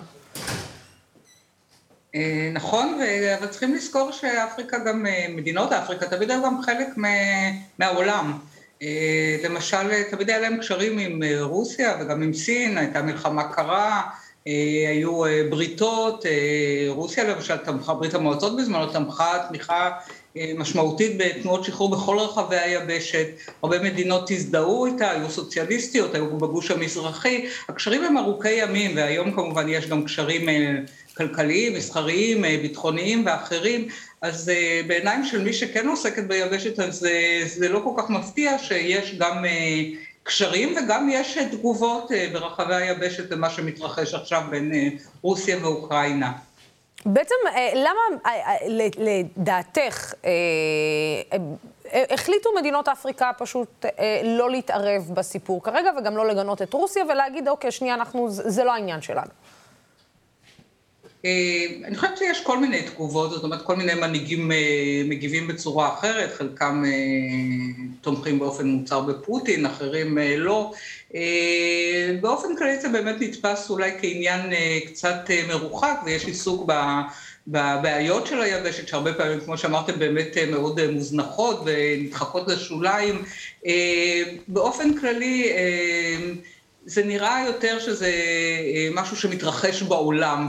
נכון, אבל צריכים לזכור שאפריקה גם, מדינות אפריקה, תמיד היו גם חלק מהעולם. למשל, תמיד היה להם קשרים עם רוסיה וגם עם סין, הייתה מלחמה קרה, היו בריתות, רוסיה למשל תמכה, ברית המועצות בזמנו תמכה תמיכה משמעותית בתנועות שחרור בכל רחבי היבשת, הרבה מדינות הזדהו איתה, היו סוציאליסטיות, היו בגוש המזרחי, הקשרים הם ארוכי ימים, והיום כמובן יש גם קשרים כלכליים, מסחריים, ביטחוניים ואחרים, אז בעיניים של מי שכן עוסקת ביבשת, אז זה לא כל כך מפתיע שיש גם קשרים וגם יש תגובות ברחבי היבשת למה שמתרחש עכשיו בין רוסיה ואוקראינה. בעצם, למה לדעתך החליטו מדינות אפריקה פשוט לא להתערב בסיפור כרגע וגם לא לגנות את רוסיה ולהגיד, אוקיי, שנייה, זה לא העניין שלנו? אני חושבת שיש כל מיני תגובות, זאת אומרת, כל מיני מנהיגים מגיבים בצורה אחרת, חלקם תומכים באופן מוצהר בפוטין, אחרים לא. באופן כללי זה באמת נתפס אולי כעניין קצת מרוחק, ויש עיסוק בבעיות של היבשת, שהרבה פעמים, כמו שאמרתם, באמת מאוד מוזנחות ונדחקות לשוליים. באופן כללי, זה נראה יותר שזה משהו שמתרחש בעולם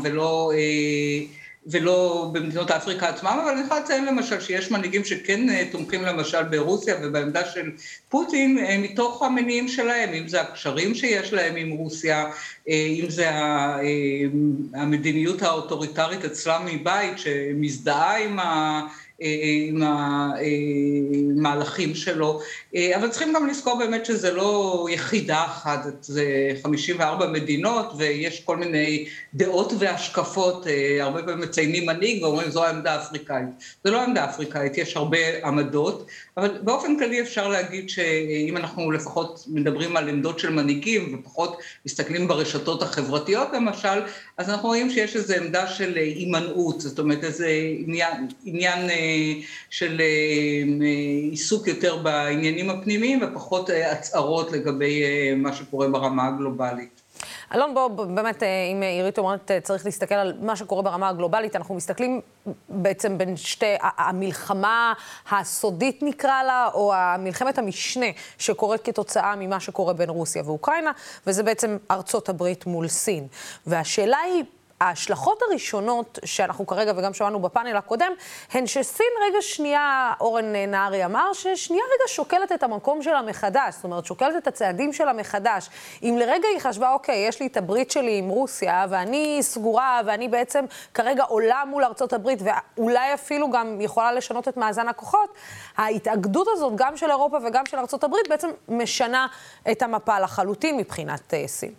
ולא במדינות אפריקה עצמם, אבל אני יכולה לציין למשל שיש מנהיגים שכן תומכים למשל ברוסיה ובעמדה של פוטין מתוך המניעים שלהם, אם זה הקשרים שיש להם עם רוסיה, אם זה המדיניות האוטוריטרית אצלם מבית שמזדהה עם המהלכים שלו, אבל צריכים גם לזכור באמת שזה לא יחידה אחת, זה 54 מדינות ויש כל מיני דעות והשקפות, הרבה פעמים מציינים מנהיג ואומרים זו העמדה האפריקאית, זה לא העמדה האפריקאית, יש הרבה עמדות, אבל באופן כללי אפשר להגיד שאם אנחנו לפחות מדברים על עמדות של מנהיגים ופחות מסתכלים ברשתות החברתיות למשל, אז אנחנו רואים שיש איזו עמדה של הימנעות, זאת אומרת איזה עניין של עיסוק יותר בעניינים הפנימיים ופחות הצהרות לגבי מה שקורה ברמה הגלובלית. אלון, בוא, באמת, אם עירית אומרת, צריך להסתכל על מה שקורה ברמה הגלובלית, אנחנו מסתכלים בעצם בין שתי, המלחמה הסודית נקרא לה, או המלחמת המשנה שקורית כתוצאה ממה שקורה בין רוסיה ואוקראינה, וזה בעצם ארצות הברית מול סין. והשאלה היא, ההשלכות הראשונות שאנחנו כרגע וגם שמענו בפאנל הקודם, הן שסין רגע שנייה, אורן נהרי אמר, ששנייה רגע שוקלת את המקום שלה מחדש, זאת אומרת, שוקלת את הצעדים שלה מחדש. אם לרגע היא חשבה, אוקיי, יש לי את הברית שלי עם רוסיה, ואני סגורה, ואני בעצם כרגע עולה מול ארצות הברית, ואולי אפילו גם יכולה לשנות את מאזן הכוחות, ההתאגדות הזאת, גם של אירופה וגם של ארצות הברית, בעצם משנה את המפה לחלוטין מבחינת סין.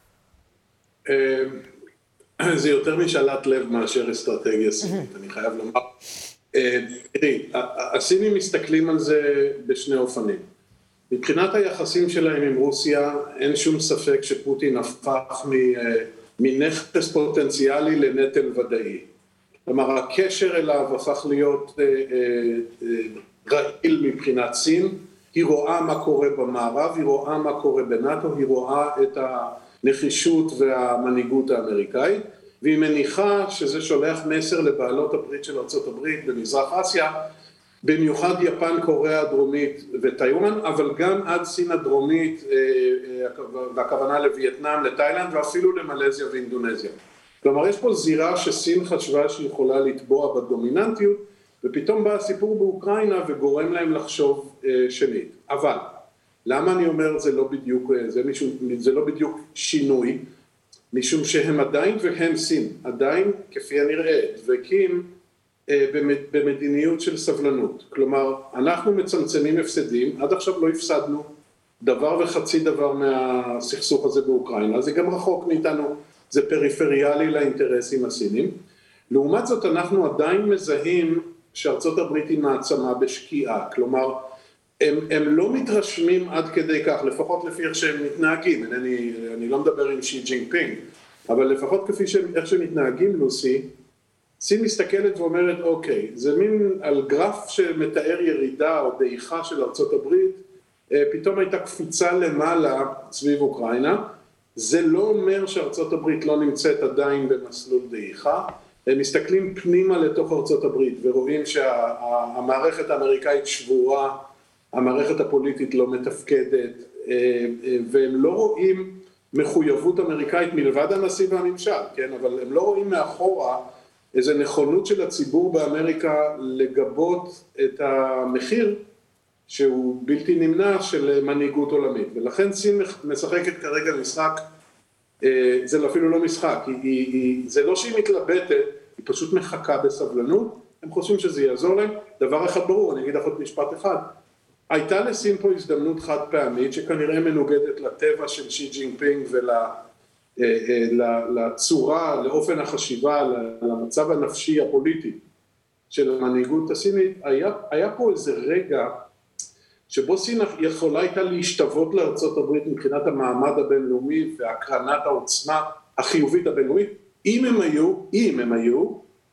זה יותר משאלת לב מאשר אסטרטגיה סינית, אני חייב לומר. תראי, הסינים מסתכלים על זה בשני אופנים. מבחינת היחסים שלהם עם רוסיה, אין שום ספק שפוטין הפך מנכס פוטנציאלי לנטל ודאי. כלומר, הקשר אליו הפך להיות רעיל מבחינת סין, היא רואה מה קורה במערב, היא רואה מה קורה בנאטו, היא רואה את הנחישות והמנהיגות האמריקאית, והיא מניחה שזה שולח מסר לבעלות הברית של ארצות הברית במזרח אסיה, במיוחד יפן, קוריאה הדרומית וטיואן, אבל גם עד סין הדרומית, והכוונה לווייטנאם, לתאילנד ואפילו למלזיה ואינדונזיה. כלומר, יש פה זירה שסין חשבה שהיא יכולה לטבוע בדומיננטיות, ופתאום בא הסיפור באוקראינה וגורם להם לחשוב שנית. אבל, למה אני אומר זה לא בדיוק שינוי? משום שהם עדיין, והם סין, עדיין כפי הנראה, דבקים במדיניות של סבלנות. כלומר, אנחנו מצמצמים הפסדים, עד עכשיו לא הפסדנו דבר וחצי דבר מהסכסוך הזה באוקראינה, זה גם רחוק מאיתנו, זה פריפריאלי לאינטרסים הסינים. לעומת זאת, אנחנו עדיין מזהים שארצות הברית היא מעצמה בשקיעה, כלומר, הם לא מתרשמים עד כדי כך, לפחות לפי איך שהם מתנהגים, אני לא מדבר עם שי ג'ינפינג, אבל לפחות כפי איך שהם מתנהגים, לוסי, סין מסתכלת ואומרת, אוקיי, זה מין על גרף שמתאר ירידה או דעיכה של ארצות הברית, פתאום הייתה קפיצה למעלה סביב אוקראינה, זה לא אומר שארצות הברית לא נמצאת עדיין במסלול דעיכה, הם מסתכלים פנימה לתוך ארצות הברית ורואים שהמערכת האמריקאית שבורה, המערכת הפוליטית לא מתפקדת, והם לא רואים מחויבות אמריקאית מלבד הנשיא והממשל, כן? אבל הם לא רואים מאחורה איזו נכונות של הציבור באמריקה לגבות את המחיר שהוא בלתי נמנע של מנהיגות עולמית. ולכן סין משחקת כרגע משחק, זה אפילו לא משחק, זה לא שהיא מתלבטת, היא פשוט מחכה בסבלנות, הם חושבים שזה יעזור להם. דבר אחד ברור, אני אגיד לך עוד משפט אחד, הייתה לסין פה הזדמנות חד פעמית שכנראה מנוגדת לטבע של שי ג'ינפינג ולצורה, לאופן החשיבה, למצב הנפשי הפוליטי של המנהיגות הסינית. היה פה איזה רגע שבו סין יכולה הייתה להשתוות לארצות הברית מבחינת המעמד הבינלאומי והקרנת העוצמה החיובית הבינלאומית, אם הם היו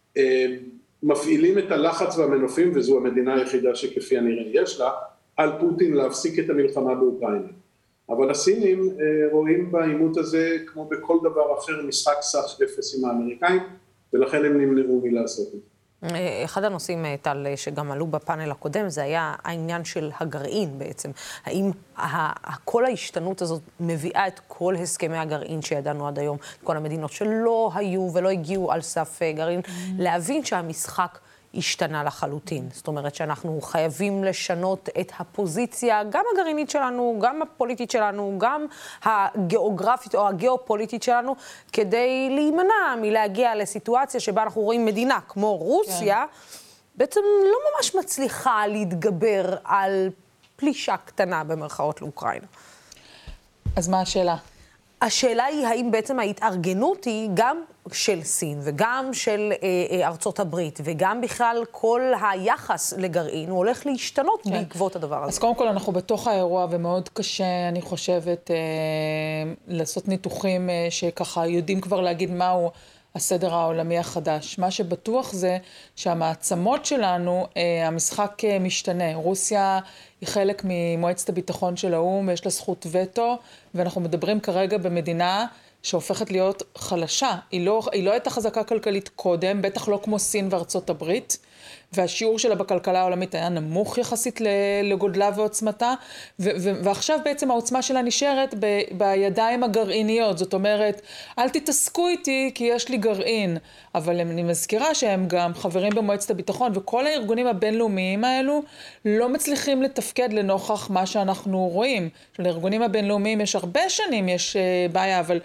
מפעילים את הלחץ והמנופים, וזו המדינה היחידה שכפי הנראה יש לה, על פוטין להפסיק את המלחמה באוקראינה. אבל הסינים רואים בעימות הזה, כמו בכל דבר אחר, משחק סך אפס עם האמריקאים, ולכן הם נמנעו מלעשות את זה. אחד הנושאים, טל, שגם עלו בפאנל הקודם, זה היה העניין של הגרעין בעצם. האם כל ההשתנות הזאת מביאה את כל הסכמי הגרעין שידענו עד היום, כל המדינות שלא היו ולא הגיעו על סף גרעין, להבין שהמשחק השתנה לחלוטין. זאת אומרת שאנחנו חייבים לשנות את הפוזיציה, גם הגרעינית שלנו, גם הפוליטית שלנו, גם הגיאוגרפית או הגיאופוליטית שלנו, כדי להימנע מלהגיע לסיטואציה שבה אנחנו רואים מדינה כמו רוסיה, בעצם לא ממש מצליחה להתגבר על פלישה קטנה במרכאות לאוקראינה. אז מה השאלה? השאלה היא האם בעצם ההתארגנות היא גם של סין וגם של ארצות הברית וגם בכלל כל היחס לגרעין הוא הולך להשתנות בעקבות הדבר הזה. אז קודם כל אנחנו בתוך האירוע ומאוד קשה, אני חושבת, לעשות ניתוחים שככה יודעים כבר להגיד מהו הסדר העולמי החדש. מה שבטוח זה שהמעצמות שלנו, המשחק משתנה. רוסיה היא חלק ממועצת הביטחון של האו"ם, ויש לה זכות וטו, ואנחנו מדברים כרגע במדינה שהופכת להיות חלשה. היא לא הייתה חזקה כלכלית קודם, בטח לא כמו סין וארצות הברית, והשיעור שלה בכלכלה העולמית היה נמוך יחסית לגודלה ועוצמתה, ועכשיו בעצם העוצמה שלה נשארת בידיים הגרעיניות, זאת אומרת, אל תתעסקו איתי כי יש לי גרעין, אבל אני מזכירה שהם גם חברים במועצת הביטחון, וכל הארגונים הבינלאומיים האלו לא מצליחים לתפקד לנוכח מה שאנחנו רואים. לארגונים הבינלאומיים יש הרבה שנים, יש בעיה, אבל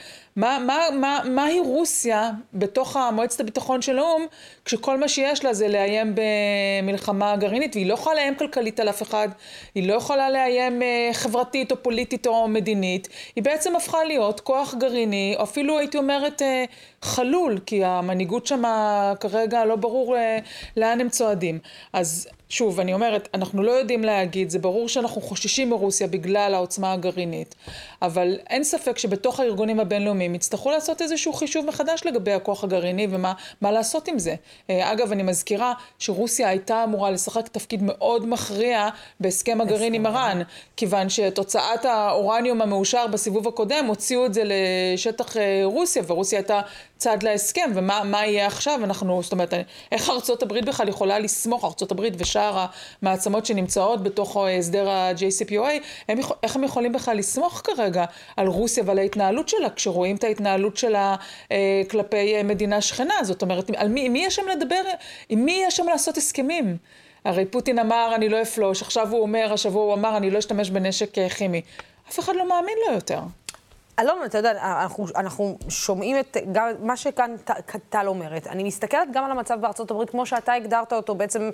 מהי רוסיה בתוך מועצת הביטחון של האו"ם, כשכל מה שיש לה זה לאיים במלחמה גרעינית, והיא לא יכולה לאיים כלכלית על אף אחד, היא לא יכולה לאיים חברתית או פוליטית או מדינית, היא בעצם הפכה להיות כוח גרעיני, או אפילו הייתי אומרת חלול, כי המנהיגות שם כרגע לא ברור לאן הם צועדים. אז שוב, אני אומרת, אנחנו לא יודעים להגיד, זה ברור שאנחנו חוששים מרוסיה בגלל העוצמה הגרעינית, אבל אין ספק שבתוך הארגונים הבינלאומיים יצטרכו לעשות איזשהו חישוב מחדש לגבי הכוח הגרעיני ומה לעשות עם זה. אגב, אני מזכירה שרוסיה הייתה אמורה לשחק תפקיד מאוד מכריע בהסכם הגרעין עם איראן, כיוון שתוצאת האורניום המאושר בסיבוב הקודם הוציאו את זה לשטח רוסיה, ורוסיה הייתה צד להסכם, ומה יהיה עכשיו? זאת אומרת, איך ארצות הברית בכלל יכולה לסמוך, ארצות הברית ושאר המעצמות שנמצאות בתוך הסדר ה-JCPOA, איך הם יכולים בכלל לסמוך כרגע על רוסיה ועל ההתנהלות שלה, כשרואים את ההתנהלות שלה כלפי מדינה שכנה? זאת אומרת, על מי יש שם לדבר, עם מי יש שם לעשות הסכמים? הרי פוטין אמר, אני לא אפלוש, השבוע הוא אמר, אני לא אשתמש בנשק כימי. אף אחד לא מאמין לו יותר. אלון, אתה יודע, אנחנו שומעים את גם מה שכאן טל אומרת. אני מסתכלת גם על המצב בארצות הברית, כמו שאתה הגדרת אותו, בעצם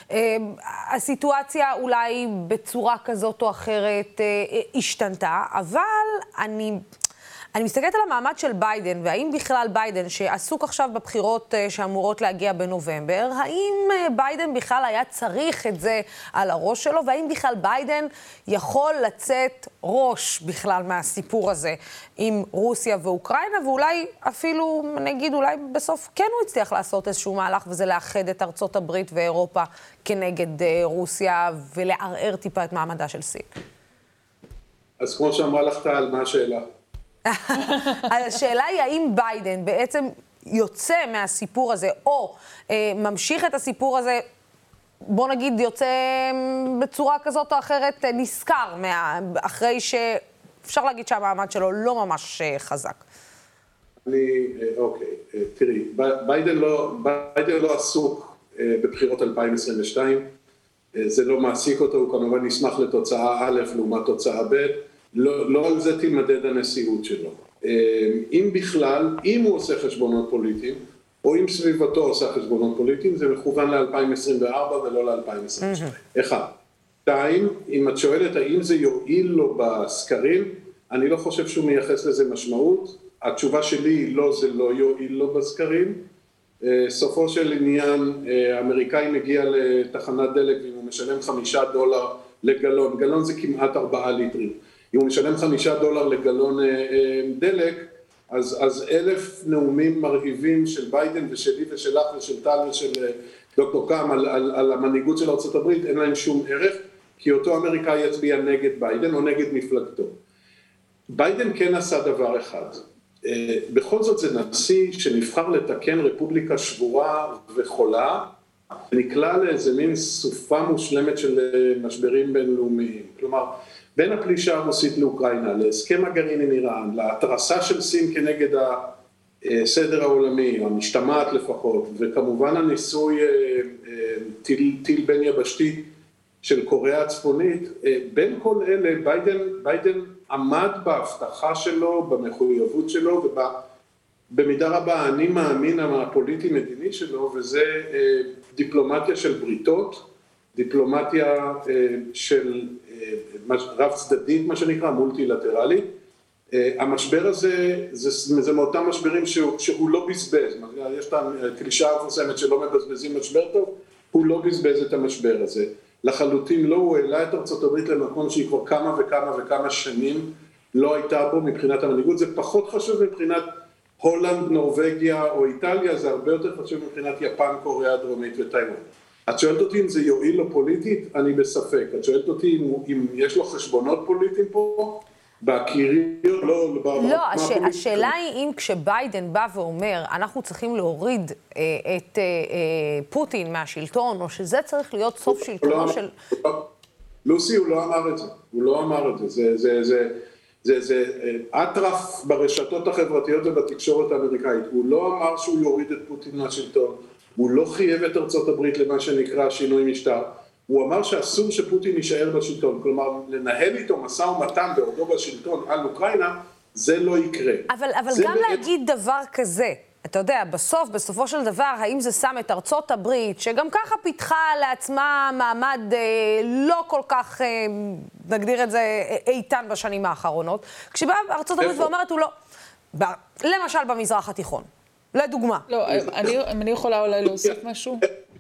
הסיטואציה אולי בצורה כזאת או אחרת השתנתה, אבל אני מסתכלת על המעמד של ביידן, והאם בכלל ביידן, שעסוק עכשיו בבחירות שאמורות להגיע בנובמבר, האם ביידן בכלל היה צריך את זה על הראש שלו, והאם בכלל ביידן יכול לצאת ראש בכלל מהסיפור הזה עם רוסיה ואוקראינה, ואולי אפילו, נגיד, אולי בסוף כן הוא הצליח לעשות איזשהו מהלך, וזה לאחד את ארצות הברית ואירופה כנגד רוסיה, ולערער טיפה את מעמדה של סין. אז כמו שאמרה לך טל, מה השאלה? השאלה היא האם ביידן בעצם יוצא מהסיפור הזה, או ממשיך את הסיפור הזה, בוא נגיד יוצא בצורה כזאת או אחרת, נזכר אחרי שאפשר להגיד שהמעמד שלו לא ממש חזק. אוקיי, תראי, ביידן לא עסוק בבחירות 2022, זה לא מעסיק אותו, הוא כמובן נשמח לתוצאה א' לעומת תוצאה ב', לא על זה תימדד הנשיאות שלו. אם בכלל, אם הוא עושה חשבונות פוליטיים, או אם סביבתו עושה חשבונות פוליטיים, זה מכוון ל-2024 ולא ל-2022. אחד. שתיים, אם את שואלת האם זה יועיל לו בסקרים, אני לא חושב שהוא מייחס לזה משמעות. התשובה שלי היא לא, זה לא יועיל לו בסקרים. סופו של עניין, האמריקאי מגיע לתחנת דלק ואם הוא משלם $5 לגלון, גלון זה כמעט 4 ליטרים. אם הוא משלם $5 לגלון דלק, אז 1,000 נאומים מרהיבים של ביידן ושלי ושלך ושל טל ושל דוקטור קאם על המנהיגות של ארצות הברית, אין להם שום ערך, כי אותו אמריקאי יצביע נגד ביידן או נגד מפלגתו. ביידן כן עשה דבר אחד. בכל זאת זה נשיא שנבחר לתקן רפובליקה שבורה וחולה, נקלע לאיזה מין סופה מושלמת של משברים בינלאומיים. כלומר, בין הפלישה הרוסית לאוקראינה, להסכם הגרעין עם איראן, להתרסה של סין כנגד הסדר העולמי, המשתמעת לפחות, וכמובן הניסוי טיל בין יבשתי של קוריאה הצפונית, בין כל אלה ביידן עמד בהבטחה שלו, במחויבות שלו, ובמידה רבה אני מאמין הפוליטי-מדיני שלו, וזה דיפלומטיה של בריתות, דיפלומטיה של רב צדדית, מה שנקרא, מולטילטרלית. המשבר הזה, זה מאותם משברים שהוא לא בזבז. יש את הקלישה המפורסמת שלא מבזבזים משבר טוב, הוא לא בזבז את המשבר הזה. לחלוטין לא, הוא העלה את ארצות הברית למקום שהיא כבר כמה וכמה שנים לא הייתה בו מבחינת המנהיגות. זה פחות חשוב מבחינת הולנד, נורווגיה או איטליה, זה הרבה יותר חשוב מבחינת יפן, קוריאה הדרומית וטייוואן. את שואלת אותי אם זה יועיל לו פוליטית? אני בספק. את שואלת אותי אם יש לו חשבונות פוליטיים פה? בהכיריות? לא, השאלה היא אם כשביידן בא ואומר, אנחנו צריכים להוריד את פוטין מהשלטון, או שזה צריך להיות סוף שלטונו של... לוסי, הוא לא אמר את זה. הוא לא אמר את זה. זה אטרף ברשתות החברתיות ובתקשורת האמריקאית. הוא לא אמר שהוא יוריד את פוטין מהשלטון. הוא לא חייב את ארצות הברית למה שנקרא שינוי משטר. הוא אמר שאסור שפוטין יישאר בשלטון. כלומר, לנהל איתו משא ומתן בעודו בשלטון על אוקראינה, זה לא יקרה. אבל גם להגיד דבר כזה, אתה יודע, בסופו של דבר, האם זה שם את ארצות הברית, שגם ככה פיתחה לעצמה מעמד לא כל כך, נגדיר את זה, איתן בשנים האחרונות, כשבאה ארצות הברית ואומרת, הוא לא, למשל במזרח התיכון, לדוגמה. לא, אני יכולה אולי להוסיף משהו?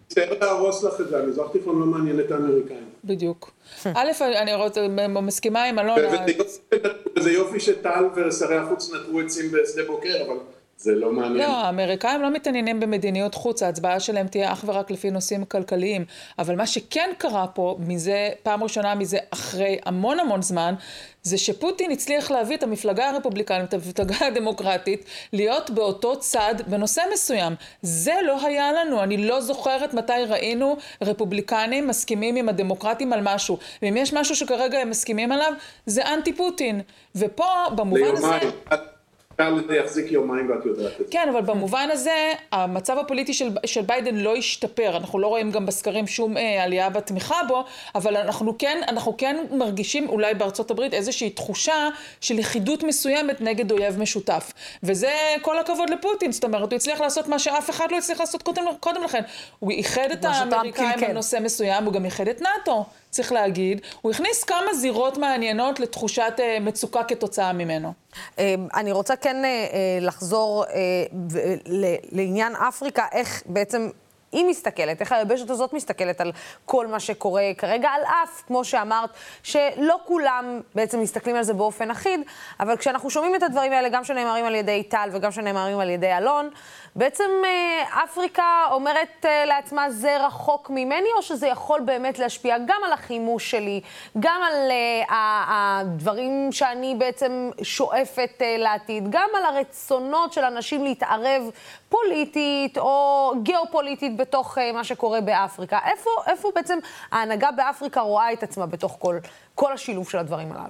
צריך להרוס לך את זה, המזרח תיכון לא מעניין את האמריקאים. בדיוק. א', אני מסכימה עם אלון. וזה יופי שטל ושרי החוץ נטרו עצים בשדה בוקר, אבל זה לא מעניין. לא, האמריקאים לא מתעניינים במדיניות חוץ, ההצבעה שלהם תהיה אך ורק לפי נושאים כלכליים, אבל מה שכן קרה פה, פעם ראשונה מזה אחרי המון זמן, זה שפוטין הצליח להביא את המפלגה הרפובליקנית, את המפלגה הדמוקרטית, להיות באותו צד בנושא מסוים. זה לא היה לנו, אני לא זוכרת מתי ראינו רפובליקנים מסכימים עם הדמוקרטים על משהו, ואם יש משהו שכרגע הם מסכימים עליו, זה אנטי פוטין. ופה, במובן הזה... זה יחזיק יומיים ואת יודעת את זה. כן, אבל במובן הזה, המצב הפוליטי של ביידן לא השתפר. אנחנו לא רואים גם בסקרים שום עלייה בתמיכה בו, אבל אנחנו כן מרגישים אולי בארצות הברית איזושהי תחושה של יחידות מסוימת נגד אויב משותף. וזה כל הכבוד לפוטין. זאת אומרת, הוא הצליח לעשות מה שאף אחד לא הצליח לעשות קודם לכן. הוא איחד את האמריקאים בנושא מסוים, הוא גם איחד את נאטו, צריך להגיד. הוא הכניס כמה זירות מעניינות לתחושת מצוקה כתוצאה ממנו. אני רוצה כן לחזור לעניין אפריקה, איך בעצם היא מסתכלת, איך היבשת הזאת מסתכלת על כל מה שקורה כרגע, על אף, כמו שאמרת, שלא כולם בעצם מסתכלים על זה באופן אחיד, אבל כשאנחנו שומעים את הדברים האלה, גם שנאמרים על ידי טל וגם שנאמרים על ידי אלון, בעצם אפריקה אומרת לעצמה, זה רחוק ממני, או שזה יכול באמת להשפיע גם על החימוש שלי, גם על הדברים שאני בעצם שואפת לעתיד, גם על הרצונות של אנשים להתערב פוליטית או גיאופוליטית בתוך מה שקורה באפריקה. איפה בעצם ההנהגה באפריקה רואה את עצמה בתוך כל השילוב של הדברים הללו?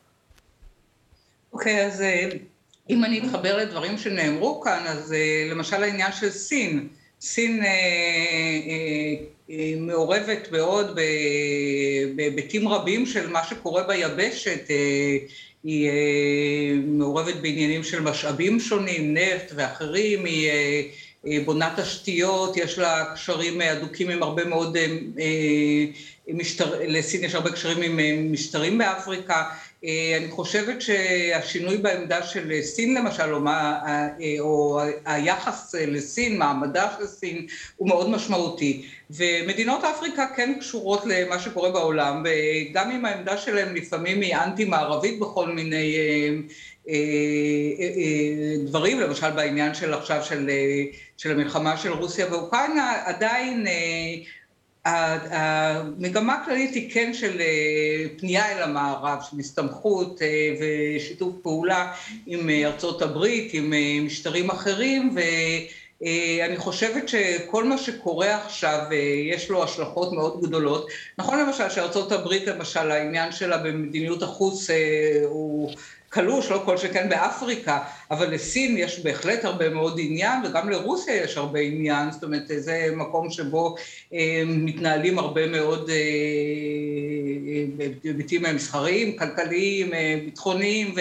אוקיי, אז אם אני אתחבר לדברים שנאמרו כאן, אז למשל העניין של סין. סין מעורבת מאוד בהיבטים רבים של מה שקורה ביבשת. היא מעורבת בעניינים של משאבים שונים, נפט ואחרים, היא בונה תשתיות, יש לה קשרים הדוקים עם הרבה מאוד, לסין יש הרבה קשרים עם משטרים באפריקה. אני חושבת שהשינוי בעמדה של סין למשל, או היחס לסין, מעמדה של סין, הוא מאוד משמעותי. ומדינות אפריקה כן קשורות למה שקורה בעולם, וגם אם העמדה שלהם לפעמים היא אנטי-מערבית בכל מיני דברים, למשל בעניין של עכשיו של המלחמה של רוסיה ואוקראינה, עדיין המגמה הכללית היא כן של פנייה אל המערב, של הסתמכות ושיתוף פעולה עם ארצות הברית, עם משטרים אחרים, ואני חושבת שכל מה שקורה עכשיו יש לו השלכות מאוד גדולות. נכון למשל שארצות הברית, למשל העניין שלה במדיניות החוץ הוא קלוש, לא כל שכן באפריקה, אבל לסין יש בהחלט הרבה מאוד עניין, וגם לרוסיה יש הרבה עניין, זאת אומרת, זה מקום שבו מתנהלים הרבה מאוד היבטים מסחריים, כלכליים, ביטחוניים,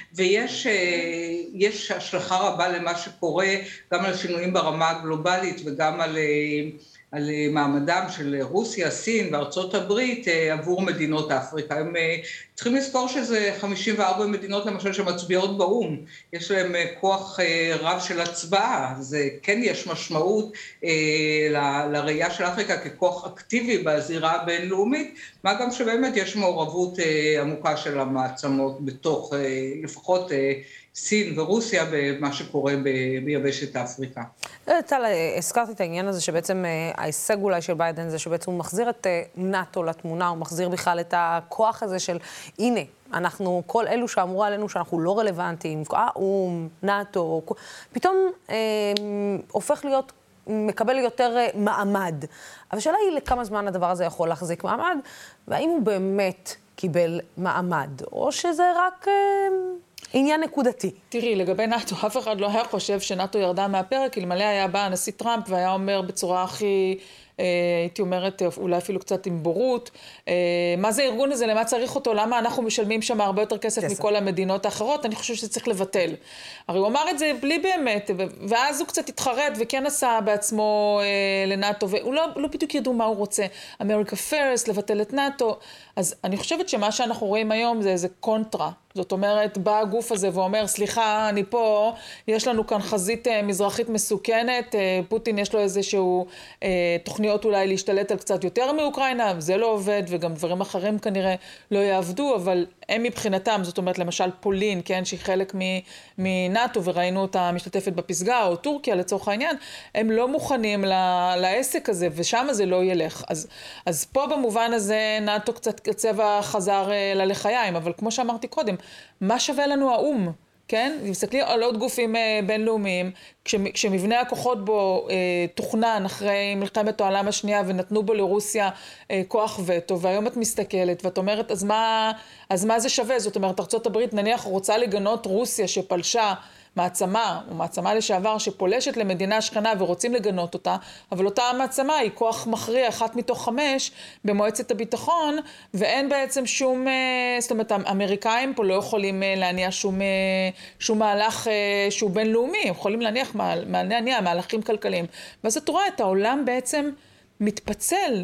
ויש השלכה רבה למה שקורה, גם על שינויים ברמה הגלובלית, וגם על מעמדם של רוסיה, סין וארצות הברית עבור מדינות אפריקה. הם צריכים לזכור שזה 54 מדינות למשל שמצביעות באום. יש להם כוח רב של הצבעה. זה כן יש משמעות לראייה של אפריקה ככוח אקטיבי בזירה הבינלאומית, מה גם שבאמת יש מעורבות עמוקה של המעצמות בתוך לפחות סין ורוסיה במה שקורה ביבשת אפריקה. טל, הזכרתי את העניין הזה שבעצם ההישג אולי של ביידן זה שבעצם הוא מחזיר את נאטו לתמונה, הוא מחזיר בכלל את הכוח הזה של הנה, אנחנו, כל אלו שאמרו עלינו שאנחנו לא רלוונטיים, נאטו, פתאום הופך להיות, מקבל יותר מעמד. אבל השאלה היא לכמה זמן הדבר הזה יכול להחזיק מעמד, והאם הוא באמת קיבל מעמד, או שזה רק עניין נקודתי. תראי, לגבי נאטו, אף אחד לא היה חושב שנאטו ירדה מהפרק, אלמלא היה בא הנשיא טראמפ והיה אומר בצורה הכי, הייתי אומרת, אולי אפילו קצת עם בורות, מה זה הארגון הזה, למה צריך אותו, למה אנחנו משלמים שם הרבה יותר כסף מכל המדינות האחרות, אני חושב שצריך לבטל. הרי הוא אמר את זה בלי באמת, ואז הוא קצת התחרט וכן עשה בעצמו לנאטו, והוא לא בדיוק ידעו מה הוא רוצה, אמריקה פרסט, לבטל את נאטו, אז אני חושבת שמה שאנחנו רואים היום זה איזה קונטרה, זאת אומרת, בא הגוף הזה ואומר, סליחה, אני פה, יש לנו כאן חזית מזרחית מסוכנת, פוטין יש לו איזשהו תוכניות אולי להשתלט על קצת יותר מאוקראינה, זה לא עובד, וגם דברים אחרים כנראה לא יעבדו, אבל הם מבחינתם, זאת אומרת, למשל פולין, כן, שהיא חלק מנאטו, וראינו אותה משתתפת בפסגה, או טורקיה לצורך העניין, הם לא מוכנים לעסק הזה, ושם זה לא ילך. אז פה במובן הזה נאטו קצת צבע חזר ללחיים, אבל כמו שאמרתי קודם, מה שווה לנו האום? כן? מסתכלים על עוד גופים בינלאומיים, כשמבנה הכוחות בו תוכנן אחרי מלחמת העולם השנייה ונתנו בו לרוסיה כוח וטו, והיום את מסתכלת ואת אומרת, אז מה זה שווה? זאת אומרת, ארצות הברית נניח רוצה לגנות רוסיה שפלשה מעצמה, או מעצמה לשעבר שפולשת למדינה שכנה ורוצים לגנות אותה, אבל אותה המעצמה היא כוח מכריע, 1 מתוך 5 במועצת הביטחון, ואין בעצם שום, זאת אומרת, האמריקאים פה לא יכולים להניע שום מהלך שהוא בינלאומי, הם יכולים להניח מהלכים כלכליים. ואז את רואה את העולם בעצם מתפצל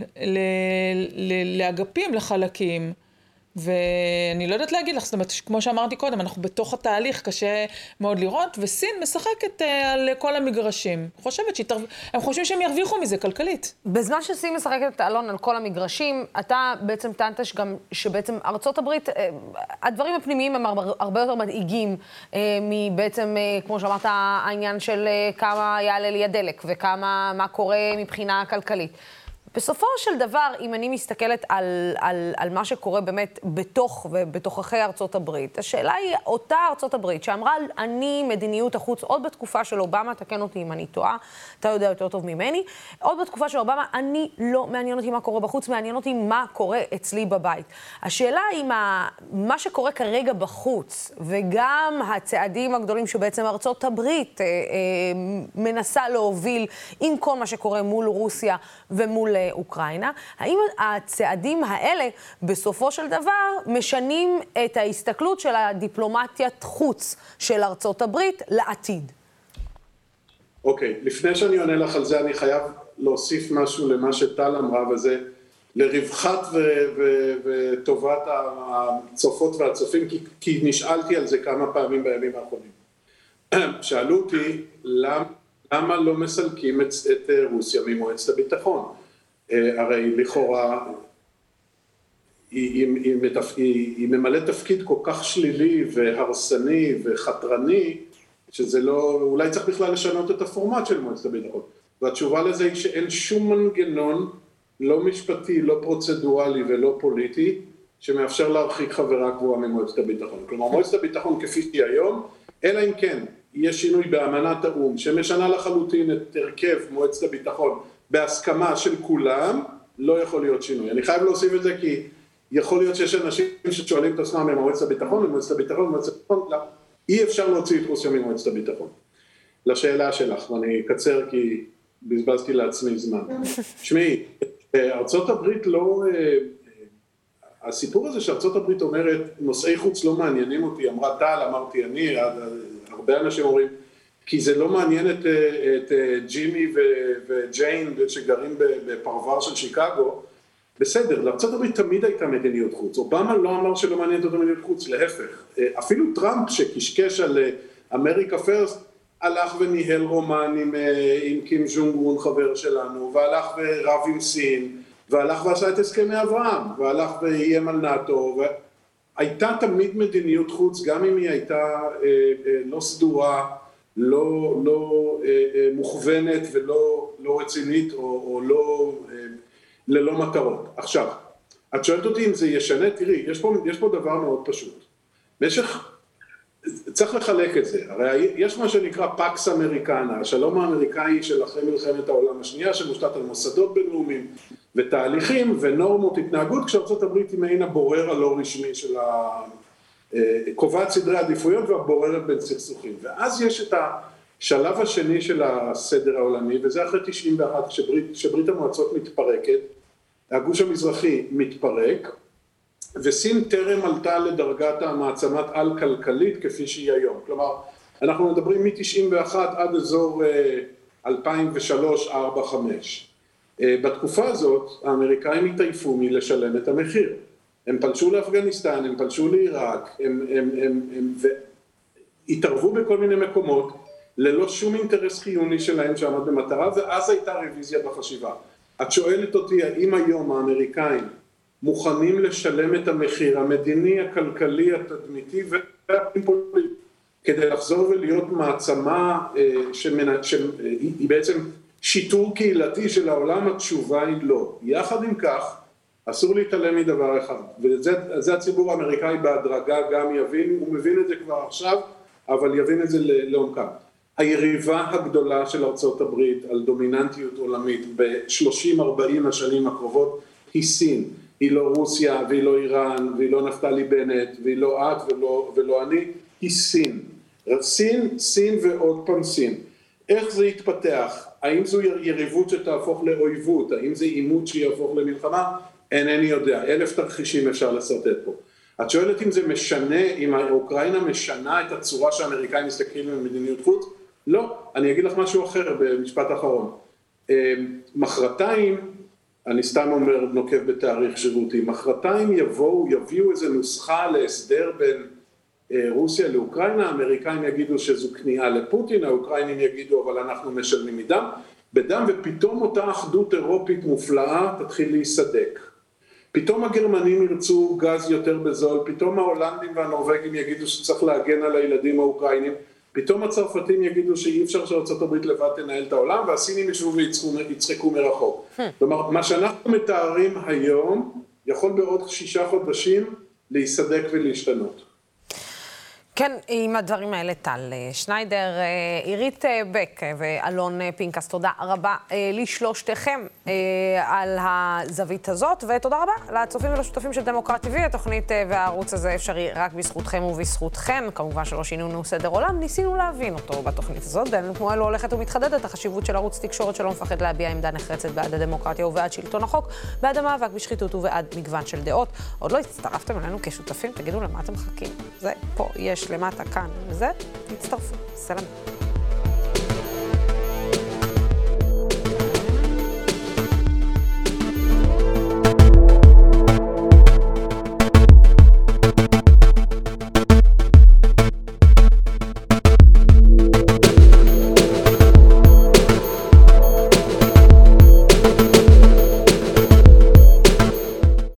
לאגפים, לחלקים, ואני לא יודעת להגיד לך, זאת אומרת, כמו שאמרתי קודם, אנחנו בתוך התהליך, קשה מאוד לראות, וסין משחקת על כל המגרשים. הם חושבים שהם ירוויחו מזה כלכלית. בזמן שסין משחקת אלון על כל המגרשים, אתה בעצם טענת שבעצם ארצות הברית, הדברים הפנימיים הם הרבה יותר מדאיגים, מבעצם, כמו שאמרת, העניין של כמה יעלה לי הדלק, ומה קורה מבחינה כלכלית. בסופו של דבר, אם אני מסתכלת על מה שקורה באמת בתוככי ארצות הברית, השאלה היא אותה ארצות הברית שאמרה, אני מדיניות החוץ עוד בתקופה של אובמה, תקן אותי אם אני טועה, אתה יודע יותר טוב ממני, עוד בתקופה של אובמה, אני לא מעניין אותי מה קורה בחוץ, מעניין אותי מה קורה אצלי בבית. השאלה היא מה שקורה כרגע בחוץ, וגם הצעדים הגדולים שבעצם ארצות הברית מנסה להוביל עם כל מה שקורה מול רוסיה ומול אוקראינה, האם הצעדים האלה בסופו של דבר משנים את ההסתכלות של הדיפלומטיית חוץ של ארצות הברית לעתיד? אוקיי, לפני שאני עונה לך על זה, אני חייב להוסיף משהו למה שטל אמרה, וזה לרווחת וטובת הצופות והצופים, כי נשאלתי על זה כמה פעמים בימים האחרונים. שאלו אותי, למה לא מסלקים את רוסיה ממועצת הביטחון? הרי לכאורה היא ממלאת תפקיד כל כך שלילי והרסני וחתרני, שזה לא, אולי צריך בכלל לשנות את הפורמט של מועצת הביטחון. והתשובה לזה היא שאין שום מנגנון, לא משפטי, לא פרוצדורלי ולא פוליטי, שמאפשר להרחיק חברה קבועה ממועצת הביטחון. כלומר, מועצת הביטחון כפי שהיא היום, אלא אם כן, יש שינוי באמנת האו"ם, שמשנה לחלוטין את הרכב מועצת הביטחון, בהסכמה של כולם, לא יכול להיות שינוי. אני חייב להוסיף את זה כי יכול להיות שיש אנשים ששואלים את עצמם ממועצת הביטחון, ממועצת הביטחון, אי אפשר להוציא את רוסיה ממועצת הביטחון. לשאלה שלך, ואני אקצר כי בזבזתי לעצמי זמן. שמעי, ארצות הברית לא, הסיפור הזה שארצות הברית אומרת, נושאי חוץ לא מעניינים אותי, אמרה טל, אמרתי אני, הרבה אנשים אומרים, כי זה לא מעניין את ג'ימי וג'יין שגרים בפרבר של שיקגו, בסדר, לארצות הברית תמיד הייתה מדיניות חוץ, אובמה לא אמר שלא מעניינת אותו מדיניות חוץ, להפך, אפילו טראמפ שקשקש על אמריקה פרסט, הלך וניהל רומן עם קים ז'ונג און חבר שלנו, והלך ורב עם סין, והלך ועשה את הסכמי אברהם, והלך ואיים על נאטו, והייתה תמיד מדיניות חוץ, גם אם היא הייתה לא סדורה, לא מוכוונת ולא רצינית או ללא מטרות. עכשיו, את שואלת אותי אם זה ישנה, תראי, יש פה דבר מאוד פשוט. צריך לחלק את זה, הרי יש מה שנקרא פקס אמריקנה, השלום האמריקאי של אחרי מלחמת העולם השנייה, שמושתת על מוסדות בינלאומיים ותהליכים ונורמות התנהגות, כשארצות הברית היא מעין הבורר הלא רשמי של קובעת סדרי עדיפויות והבוררת בין סכסוכים. ואז יש את השלב השני של הסדר העולמי, וזה אחרי 91, כשברית המועצות מתפרקת, הגוש המזרחי מתפרק, וסין טרם עלתה לדרגת המעצמת על כלכלית כפי שהיא היום. כלומר, אנחנו מדברים מ-91 עד אזור 2003, 4, 5. בתקופה הזאת, האמריקאים התעייפו מלשלם את המחיר. הם פלשו לאפגניסטן, הם פלשו לעיראק, הם התערבו בכל מיני מקומות, ללא שום אינטרס חיוני שלהם שעמד במטרה, ואז הייתה רוויזיה בחשיבה. את שואלת אותי, האם היום האמריקאים מוכנים לשלם את המחיר המדיני, הכלכלי, התדמיתי והפוליטי, כדי לחזור ולהיות מעצמה שהיא בעצם שיטור קהילתי של העולם? התשובה היא לא. יחד עם כך, אסור להתעלם מדבר אחד, וזה הציבור האמריקאי בהדרגה גם יבין, הוא מבין את זה כבר עכשיו, אבל יבין את זה לעומקה. היריבה הגדולה של ארצות הברית על דומיננטיות עולמית ב-30-40 השנים הקרובות היא סין. היא לא רוסיה, והיא לא איראן, והיא לא נפתלי בנט, והיא לא את ולא אני, היא סין. סין ועוד פעם סין. איך זה יתפתח? האם זו יריבות שתהפוך לאויבות? האם זה עימות שיהפוך למלחמה? אינני יודע. 1,000 תרחישים אפשר לסרטט פה. את שואלת אם זה משנה, אם אוקראינה משנה את הצורה שהאמריקאים מסתכלים במדיניות חוץ? לא. אני אגיד לך משהו אחר במשפט האחרון. מחרתיים, אני סתם אומר, נוקב בתאריך שירותי, מחרתיים יביאו איזו נוסחה להסדר בין רוסיה לאוקראינה, האמריקאים יגידו שזו כניעה לפוטין, האוקראינים יגידו אבל אנחנו משלמים בדם, ופתאום אותה אחדות אירופית מופלאה תתחיל להיסדק. פתאום הגרמנים ירצו גז יותר בזול, פתאום ההולנדים והנורווגים יגידו שצריך להגן על הילדים האוקראינים, פתאום הצרפתים יגידו שאי אפשר שארצות הברית לבד תנהל את העולם, והסינים ישבו ויצחקו מרחוק. כלומר, מה שאנחנו מתארים היום, יכול בעוד 6 חודשים להיסדק ולהשתנות. כן, עם הדברים האלה טל שניידר, עירית בק ואלון פינקס, תודה רבה לשלושתכם על הזווית הזאת, ותודה רבה לצופים ולשותפים של דמוקרט TV. התוכנית והערוץ הזה אפשרי רק בזכותכם ובזכותכן. כמובן שלא שינינו סדר עולם, ניסינו להבין אותו בתוכנית הזאת. בימים כמו אלו הולכת ומתחדדת החשיבות של ערוץ תקשורת שלא מפחד להביע עמדה נחרצת בעד הדמוקרטיה ובעד שלטון החוק, בעד המאבק בשחיתות ובעד מגוון של דעות. עוד לא הצטרפתם אלינו כשותפים, תגידו למה אתם מחכים. זה פה יש למטה כאן, וזה, תצטרפו. סלام.